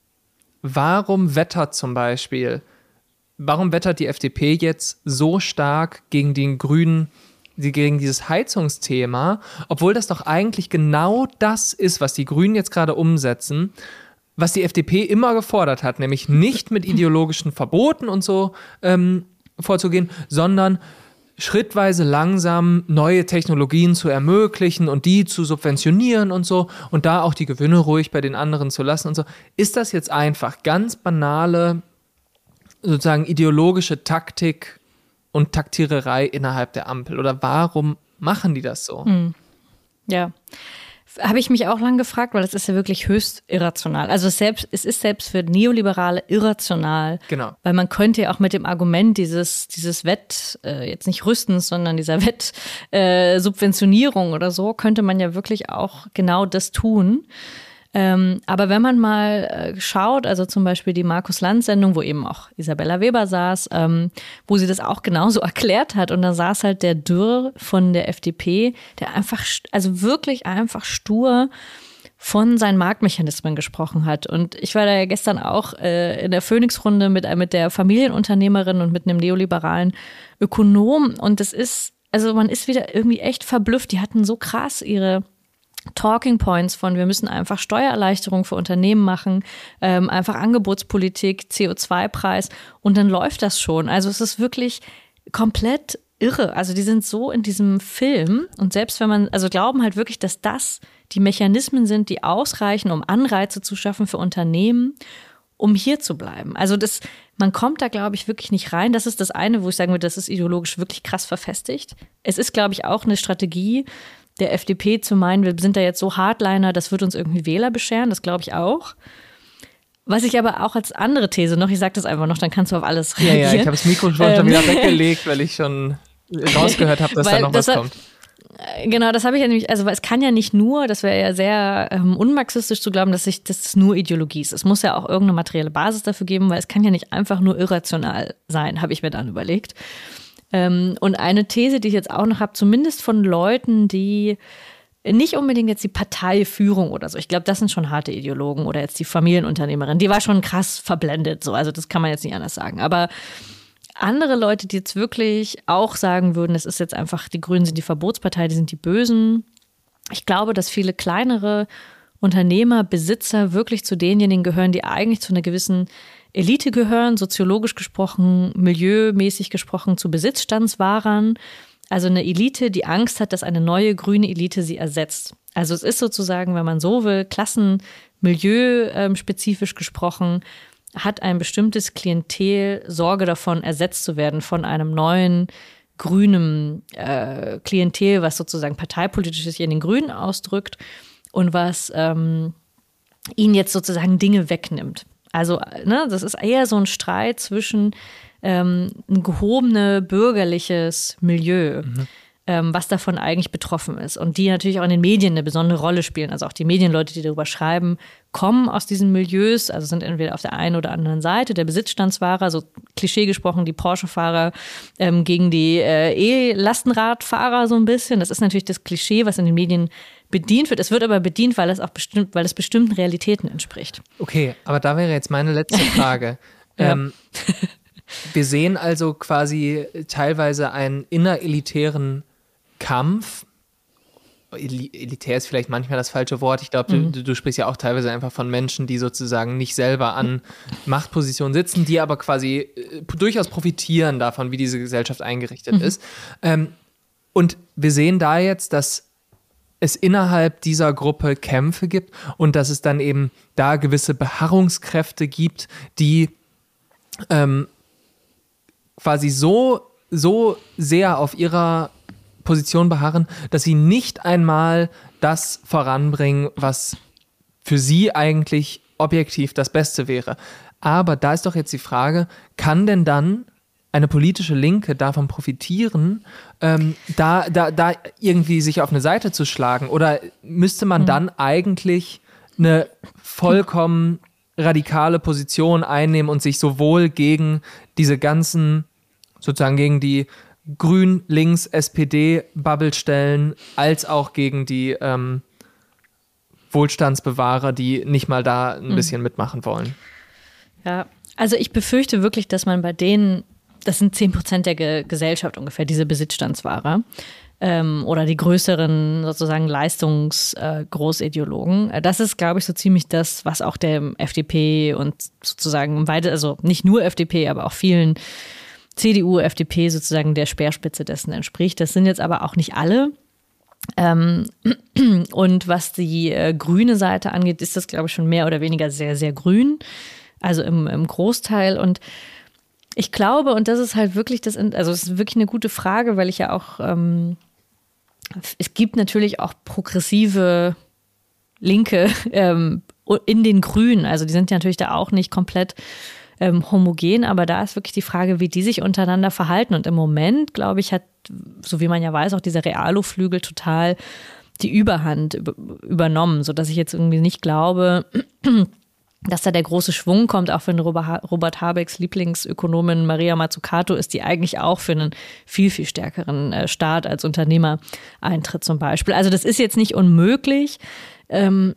warum wettert zum Beispiel, warum wettert die F D P jetzt so stark gegen den Grünen, gegen dieses Heizungsthema, obwohl das doch eigentlich genau das ist, was die Grünen jetzt gerade umsetzen, was die F D P immer gefordert hat, nämlich nicht mit ideologischen Verboten und so ähm, vorzugehen, sondern schrittweise langsam neue Technologien zu ermöglichen und die zu subventionieren und so und da auch die Gewinne ruhig bei den anderen zu lassen und so. Ist das jetzt einfach ganz banale, sozusagen ideologische Taktik und Taktiererei innerhalb der Ampel? Oder warum machen die das so? Hm. Ja, habe ich mich auch lang gefragt, weil das ist ja wirklich höchst irrational. Also es, selbst, es ist selbst für Neoliberale irrational. Genau. Weil man könnte ja auch mit dem Argument dieses, dieses Wett, äh, jetzt nicht Rüstens, sondern dieser Wett-Subventionierung äh, oder so, könnte man ja wirklich auch genau das tun. Ähm, aber wenn man mal äh, schaut, also zum Beispiel die Markus-Lanz-Sendung, wo eben auch Isabella Weber saß, ähm, wo sie das auch genauso erklärt hat, und da saß halt der Dürr von der F D P, der einfach, also wirklich einfach stur von seinen Marktmechanismen gesprochen hat. Und ich war da ja gestern auch äh, in der Phoenix-Runde mit, mit der Familienunternehmerin und mit einem neoliberalen Ökonom, und das ist, also man ist wieder irgendwie echt verblüfft. Die hatten so krass ihre Talking Points von, wir müssen einfach Steuererleichterung für Unternehmen machen, ähm, einfach Angebotspolitik, C O zwei Preis, und dann läuft das schon. Also es ist wirklich komplett irre. Also die sind so in diesem Film, und selbst wenn man, also glauben halt wirklich, dass das die Mechanismen sind, die ausreichen, um Anreize zu schaffen für Unternehmen, um hier zu bleiben. Also das, man kommt da, glaube ich, wirklich nicht rein. Das ist das eine, wo ich sagen würde, das ist ideologisch wirklich krass verfestigt. Es ist, glaube ich, auch eine Strategie der F D P zu meinen, wir sind da jetzt so Hardliner, das wird uns irgendwie Wähler bescheren, das glaube ich auch. Was ich aber auch als andere These noch, ich sage das einfach noch, dann kannst du auf alles reagieren. Ja, ja, ich habe das Mikro schon, ähm, schon wieder weggelegt, weil ich schon rausgehört habe, dass da noch was das, kommt. Genau, das habe ich ja nämlich, also es kann ja nicht nur, das wäre ja sehr ähm, unmarxistisch zu glauben, dass ich, dass es nur Ideologie ist. Es muss ja auch irgendeine materielle Basis dafür geben, weil es kann ja nicht einfach nur irrational sein, habe ich mir dann überlegt. Und eine These, die ich jetzt auch noch habe, zumindest von Leuten, die nicht unbedingt jetzt die Parteiführung oder so, ich glaube, das sind schon harte Ideologen, oder jetzt die Familienunternehmerin, die war schon krass verblendet, so, also das kann man jetzt nicht anders sagen. Aber andere Leute, die jetzt wirklich auch sagen würden, es ist jetzt einfach, die Grünen sind die Verbotspartei, die sind die Bösen. Ich glaube, dass viele kleinere Unternehmer, Besitzer wirklich zu denjenigen gehören, die eigentlich zu einer gewissen Elite gehören, soziologisch gesprochen, milieumäßig gesprochen zu Besitzstandswahrern. Also eine Elite, die Angst hat, dass eine neue grüne Elite sie ersetzt. Also es ist sozusagen, wenn man so will, klassenmilieu-spezifisch gesprochen, hat ein bestimmtes Klientel Sorge davon, ersetzt zu werden von einem neuen grünen äh, Klientel, was sozusagen parteipolitisch sich in den Grünen ausdrückt und was ähm, ihnen jetzt sozusagen Dinge wegnimmt. Also, ne, das ist eher so ein Streit zwischen ähm, ein gehobene bürgerliches Milieu, mhm. ähm, was davon eigentlich betroffen ist. Und die natürlich auch in den Medien eine besondere Rolle spielen. Also auch die Medienleute, die darüber schreiben, kommen aus diesen Milieus, also sind entweder auf der einen oder anderen Seite der Besitzstandsfahrer, so Klischee gesprochen, die Porsche-Fahrer ähm, gegen die äh, E-Lastenradfahrer so ein bisschen. Das ist natürlich das Klischee, was in den Medien bedient wird. Es wird aber bedient, weil es auch bestimmt, weil es bestimmten Realitäten entspricht. Okay, aber da wäre jetzt meine letzte Frage. ja. ähm, wir sehen also quasi teilweise einen innerelitären Kampf. Elitär ist vielleicht manchmal das falsche Wort. Ich glaube, mhm. du, du sprichst ja auch teilweise einfach von Menschen, die sozusagen nicht selber an Machtpositionen sitzen, die aber quasi äh, durchaus profitieren davon, wie diese Gesellschaft eingerichtet mhm. ist. Ähm, und wir sehen da jetzt, dass es innerhalb dieser Gruppe Kämpfe gibt und dass es dann eben da gewisse Beharrungskräfte gibt, die ähm, quasi so, so sehr auf ihrer Position beharren, dass sie nicht einmal das voranbringen, was für sie eigentlich objektiv das Beste wäre. Aber da ist doch jetzt die Frage, kann denn dann eine politische Linke davon profitieren, ähm, da, da, da irgendwie sich auf eine Seite zu schlagen? Oder müsste man mhm. dann eigentlich eine vollkommen radikale Position einnehmen und sich sowohl gegen diese ganzen, sozusagen gegen die Grün-, Links-, S P D-Bubble stellen, als auch gegen die ähm, Wohlstandsbewahrer, die nicht mal da ein bisschen mhm. mitmachen wollen? Ja, also ich befürchte wirklich, dass man bei denen, das sind zehn Prozent der Ge- Gesellschaft ungefähr, diese Besitzstandswahrer ähm, oder die größeren sozusagen Leistungsgroßideologen. Äh, das ist, glaube ich, so ziemlich das, was auch der F D P und sozusagen weiter, also nicht nur F D P, aber auch vielen C D U, F D P sozusagen der Speerspitze dessen entspricht. Das sind jetzt aber auch nicht alle. Ähm, und was die äh, grüne Seite angeht, ist das, glaube ich, schon mehr oder weniger sehr, sehr grün. Also im, im Großteil. Und ich glaube, und das ist halt wirklich das, also es ist wirklich eine gute Frage, weil ich ja auch, ähm, es gibt natürlich auch progressive Linke ähm, in den Grünen. Also die sind ja natürlich da auch nicht komplett ähm, homogen, aber da ist wirklich die Frage, wie die sich untereinander verhalten. Und im Moment, glaube ich, hat, so wie man ja weiß, auch dieser Realo-Flügel total die Überhand übernommen, sodass ich jetzt irgendwie nicht glaube, dass da der große Schwung kommt, auch wenn Robert Habecks Lieblingsökonomin Maria Mazzucato ist, die eigentlich auch für einen viel, viel stärkeren Staat als Unternehmer eintritt zum Beispiel. Also das ist jetzt nicht unmöglich. Ähm,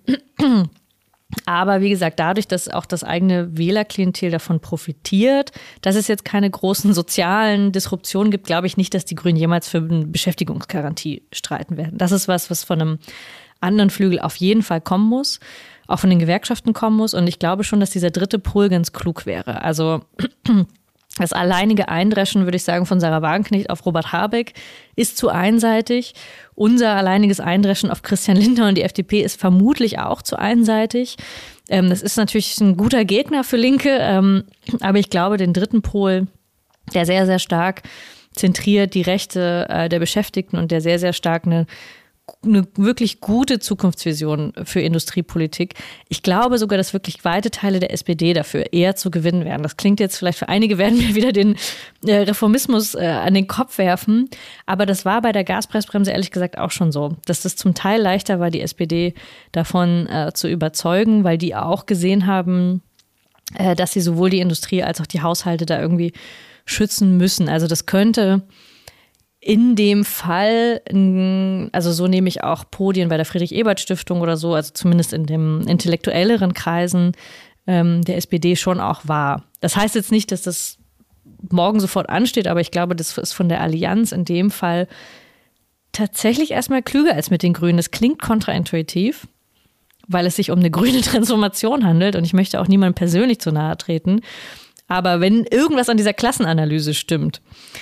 aber wie gesagt, dadurch, dass auch das eigene Wählerklientel davon profitiert, dass es jetzt keine großen sozialen Disruptionen gibt, glaube ich nicht, dass die Grünen jemals für eine Beschäftigungsgarantie streiten werden. Das ist was, was von einem anderen Flügel auf jeden Fall kommen muss, auch von den Gewerkschaften kommen muss. Und ich glaube schon, dass dieser dritte Pol ganz klug wäre. Also das alleinige Eindreschen, würde ich sagen, von Sarah Wagenknecht auf Robert Habeck ist zu einseitig. Unser alleiniges Eindreschen auf Christian Lindner und die F D P ist vermutlich auch zu einseitig. Ähm, das ist natürlich ein guter Gegner für Linke. Ähm, aber ich glaube, den dritten Pol, der sehr, sehr stark zentriert die Rechte äh, der Beschäftigten und der sehr, sehr stark eine eine wirklich gute Zukunftsvision für Industriepolitik. Ich glaube sogar, dass wirklich weite Teile der S P D dafür eher zu gewinnen werden. Das klingt jetzt vielleicht für einige, werden wir wieder den äh, Reformismus äh, an den Kopf werfen. Aber das war bei der Gaspreisbremse ehrlich gesagt auch schon so, dass das zum Teil leichter war, die S P D davon äh, zu überzeugen, weil die auch gesehen haben, äh, dass sie sowohl die Industrie als auch die Haushalte da irgendwie schützen müssen. Also das könnte in dem Fall, also so nehme ich auch Podien bei der Friedrich-Ebert-Stiftung oder so, also zumindest in den intellektuelleren Kreisen ähm, der S P D schon auch wahr. Das heißt jetzt nicht, dass das morgen sofort ansteht, aber ich glaube, das ist von der Allianz in dem Fall tatsächlich erstmal klüger als mit den Grünen. Das klingt kontraintuitiv, weil es sich um eine grüne Transformation handelt und ich möchte auch niemandem persönlich zu nahe treten. Aber wenn irgendwas an dieser Klassenanalyse stimmt,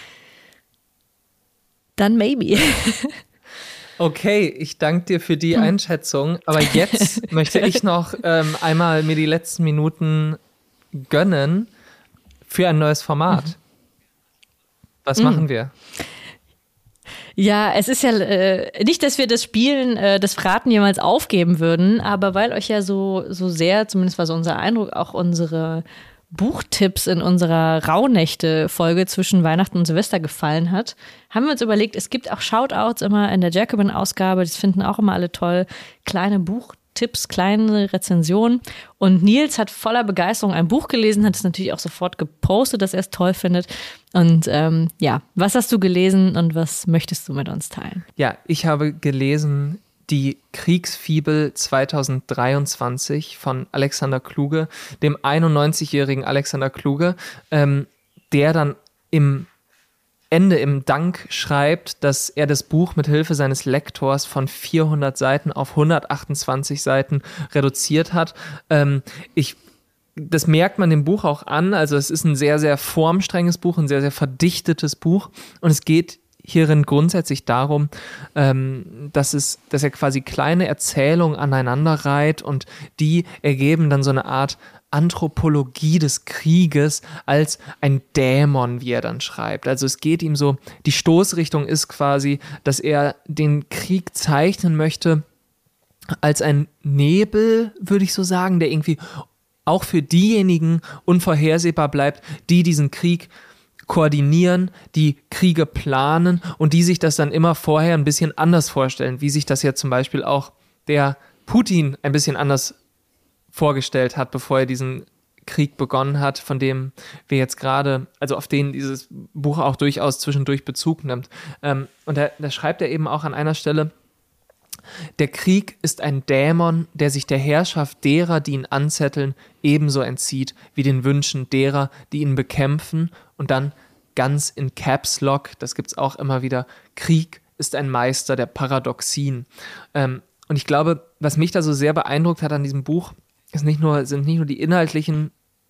dann maybe. Okay, ich danke dir für die Einschätzung. Aber jetzt möchte ich noch ähm, einmal mir die letzten Minuten gönnen für ein neues Format. Was mhm. machen wir? Ja, es ist ja äh, nicht, dass wir das Spielen, äh, das Fraten jemals aufgeben würden, aber weil euch ja so, so sehr, zumindest war so unser Eindruck, auch unsere Buchtipps in unserer Rauhnächte-Folge zwischen Weihnachten und Silvester gefallen hat, haben wir uns überlegt, es gibt auch Shoutouts immer in der Jacobin-Ausgabe, das finden auch immer alle toll, kleine Buchtipps, kleine Rezensionen. Und Nils hat voller Begeisterung ein Buch gelesen, hat es natürlich auch sofort gepostet, dass er es toll findet. Und ähm, ja, was hast du gelesen und was möchtest du mit uns teilen? Ja, ich habe gelesen Die Kriegsfibel zweitausenddreiundzwanzig von Alexander Kluge, dem einundneunzigjährigen Alexander Kluge, ähm, der dann im Ende im Dank schreibt, dass er das Buch mit Hilfe seines Lektors von vierhundert Seiten auf hundertachtundzwanzig Seiten reduziert hat. Ähm, ich Das merkt man dem Buch auch an, also es ist ein sehr, sehr formstrenges Buch, ein sehr, sehr verdichtetes Buch und es geht hierin grundsätzlich darum, ähm, dass, es, dass er quasi kleine Erzählungen aneinander reiht und die ergeben dann so eine Art Anthropologie des Krieges als ein Dämon, wie er dann schreibt. Also es geht ihm so, die Stoßrichtung ist quasi, dass er den Krieg zeichnen möchte als ein Nebel, würde ich so sagen, der irgendwie auch für diejenigen unvorhersehbar bleibt, die diesen Krieg koordinieren, die Kriege planen und die sich das dann immer vorher ein bisschen anders vorstellen, wie sich das ja zum Beispiel auch der Putin ein bisschen anders vorgestellt hat, bevor er diesen Krieg begonnen hat, von dem wir jetzt gerade, also auf den dieses Buch auch durchaus zwischendurch Bezug nimmt. Ähm, und da, da schreibt er eben auch an einer Stelle: Der Krieg ist ein Dämon, der sich der Herrschaft derer, die ihn anzetteln, ebenso entzieht, wie den Wünschen derer, die ihn bekämpfen. Und dann ganz in Caps Lock, das gibt's auch immer wieder: Krieg ist ein Meister der Paradoxien. Ähm, und ich glaube, was mich da so sehr beeindruckt hat an diesem Buch, ist nicht nur, sind nicht nur die inhaltlichen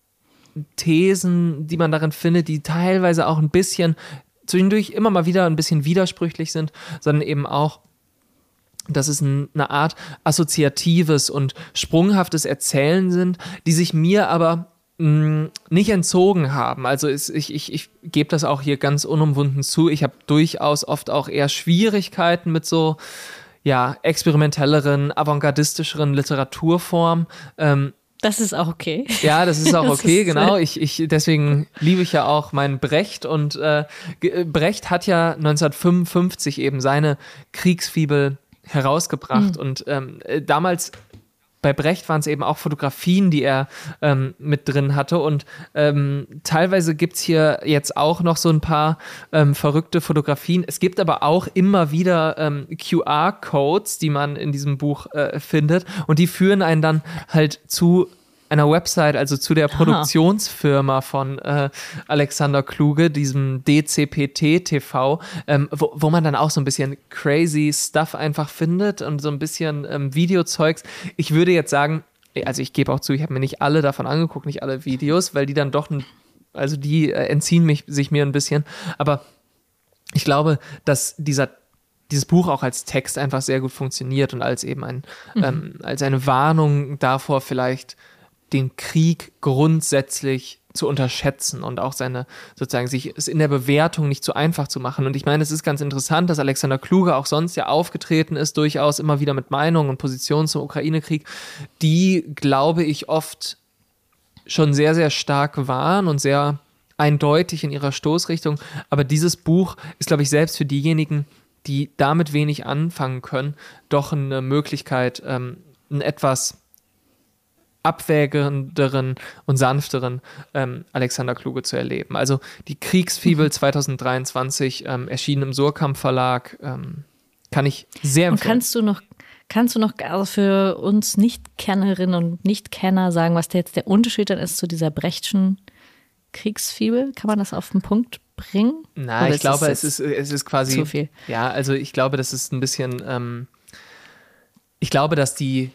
Thesen, die man darin findet, die teilweise auch ein bisschen, zwischendurch immer mal wieder ein bisschen widersprüchlich sind, sondern eben auch, dass es eine Art assoziatives und sprunghaftes Erzählen sind, die sich mir aber mh, nicht entzogen haben. Also ist, ich, ich, ich gebe das auch hier ganz unumwunden zu. Ich habe durchaus oft auch eher Schwierigkeiten mit so ja, experimentelleren, avantgardistischeren Literaturformen. Ähm, Das ist auch okay. Ja, das ist auch Das okay, ist, genau. Ich, ich, deswegen liebe ich ja auch meinen Brecht. Und äh, Brecht hat ja neunzehnhundertfünfundfünfzig eben seine Kriegsfibel herausgebracht. Mhm. Und ähm, damals bei Brecht waren es eben auch Fotografien, die er ähm, mit drin hatte. Und ähm, teilweise gibt es hier jetzt auch noch so ein paar ähm, verrückte Fotografien. Es gibt aber auch immer wieder ähm, Q R-Codes, die man in diesem Buch äh, findet. Und die führen einen dann halt zu einer Website, also zu der Produktionsfirma von äh, Alexander Kluge, diesem D C P T T V, ähm, wo, wo man dann auch so ein bisschen crazy Stuff einfach findet und so ein bisschen ähm, Videozeugs. Ich würde jetzt sagen, also ich gebe auch zu, ich habe mir nicht alle davon angeguckt, nicht alle Videos, weil die dann doch, ein, also die äh, entziehen mich, sich mir ein bisschen, aber ich glaube, dass dieser dieses Buch auch als Text einfach sehr gut funktioniert und als eben ein, mhm. ähm, als eine Warnung davor, vielleicht den Krieg grundsätzlich zu unterschätzen und auch seine, sozusagen, sich es in der Bewertung nicht zu einfach zu machen. Und ich meine, es ist ganz interessant, dass Alexander Kluge auch sonst ja aufgetreten ist, durchaus immer wieder mit Meinungen und Positionen zum Ukraine-Krieg, die, glaube ich, oft schon sehr, sehr stark waren und sehr eindeutig in ihrer Stoßrichtung. Aber dieses Buch ist, glaube ich, selbst für diejenigen, die damit wenig anfangen können, doch eine Möglichkeit, ähm, ein etwas abwägenderen und sanfteren ähm, Alexander Kluge zu erleben. Also die Kriegsfibel zwanzig dreiundzwanzig, ähm, erschienen im Surkamp Verlag, ähm, kann ich sehr empfehlen. Und kannst du noch, kannst du noch also für uns Nicht-Kennerinnen und Nicht-Kenner sagen, was da jetzt der Unterschied dann ist zu dieser Brechtschen Kriegsfibel? Kann man das auf den Punkt bringen? Nein, ich glaube, es ist, es ist quasi zu viel. Ja, also ich glaube, das ist ein bisschen ähm, ich glaube, dass die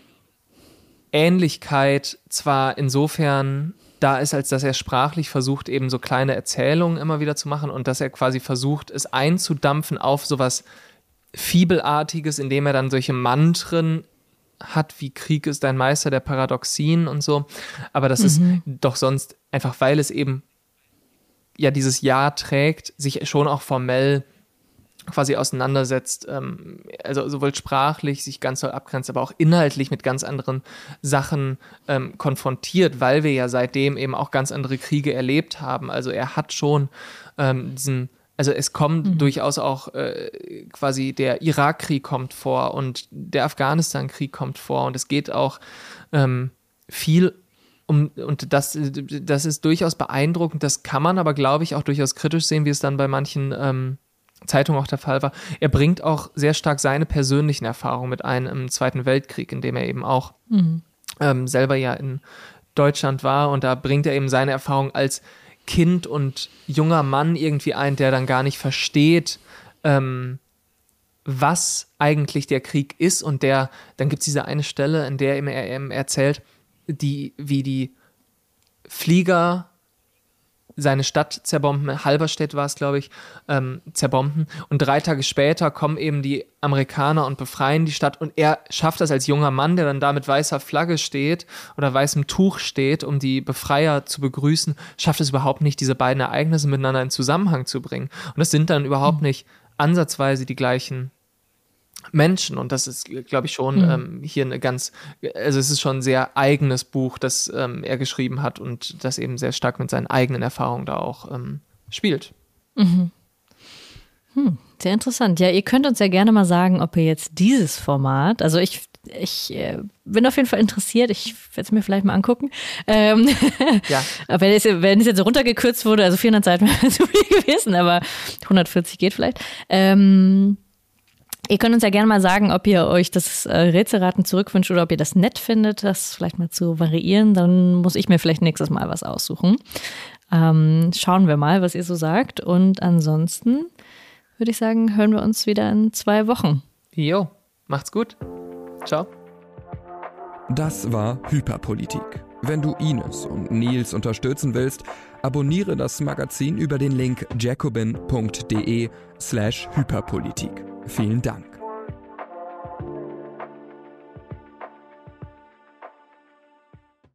Ähnlichkeit zwar insofern da ist, als dass er sprachlich versucht, eben so kleine Erzählungen immer wieder zu machen und dass er quasi versucht, es einzudampfen auf sowas Fibelartiges, indem er dann solche Mantren hat, wie Krieg ist ein Meister der Paradoxien und so. Aber das mhm. ist doch sonst einfach, weil es eben ja dieses Ja trägt, sich schon auch formell quasi auseinandersetzt, ähm, also sowohl sprachlich sich ganz doll abgrenzt, aber auch inhaltlich mit ganz anderen Sachen ähm, konfrontiert, weil wir ja seitdem eben auch ganz andere Kriege erlebt haben. Also er hat schon ähm, diesen, also es kommt mhm. durchaus auch äh, quasi der Irakkrieg kommt vor und der Afghanistan-Krieg kommt vor und es geht auch ähm, viel um, und das, das ist durchaus beeindruckend, das kann man aber, glaube ich, auch durchaus kritisch sehen, wie es dann bei manchen ähm, Zeitung auch der Fall war. Er bringt auch sehr stark seine persönlichen Erfahrungen mit ein im Zweiten Weltkrieg, in dem er eben auch mhm. ähm, selber ja in Deutschland war und da bringt er eben seine Erfahrung als Kind und junger Mann irgendwie ein, der dann gar nicht versteht, ähm, was eigentlich der Krieg ist und der, dann gibt es diese eine Stelle, in der er eben erzählt, die, wie die Flieger seine Stadt zerbomben, Halberstadt war es, glaube ich, ähm, zerbomben. Und drei Tage später kommen eben die Amerikaner und befreien die Stadt. Und er schafft das als junger Mann, der dann da mit weißer Flagge steht oder weißem Tuch steht, um die Befreier zu begrüßen, schafft es überhaupt nicht, diese beiden Ereignisse miteinander in Zusammenhang zu bringen. Und das sind dann überhaupt nicht ansatzweise die gleichen Menschen und das ist, glaube ich, schon mhm. ähm, hier eine ganz, also es ist schon ein sehr eigenes Buch, das ähm, er geschrieben hat und das eben sehr stark mit seinen eigenen Erfahrungen da auch ähm, spielt. Mhm. Hm, sehr interessant. Ja, ihr könnt uns ja gerne mal sagen, ob ihr jetzt dieses Format, also ich, ich äh, bin auf jeden Fall interessiert, ich werde es mir vielleicht mal angucken. Ähm, ja. wenn, es, wenn es jetzt so runtergekürzt wurde, also vierhundert Seiten wäre zu viel gewesen, aber hundertvierzig geht vielleicht. Ähm, ihr könnt uns ja gerne mal sagen, ob ihr euch das äh, Rätselraten zurückwünscht oder ob ihr das nett findet, das vielleicht mal zu variieren. Dann muss ich mir vielleicht nächstes Mal was aussuchen. Ähm, schauen wir mal, was ihr so sagt. Und ansonsten würde ich sagen, hören wir uns wieder in zwei Wochen. Jo, macht's gut. Ciao. Das war Hyperpolitik. Wenn du Ines und Nils unterstützen willst, abonniere das Magazin über den Link jacobin punkt de slash hyperpolitik. Vielen Dank.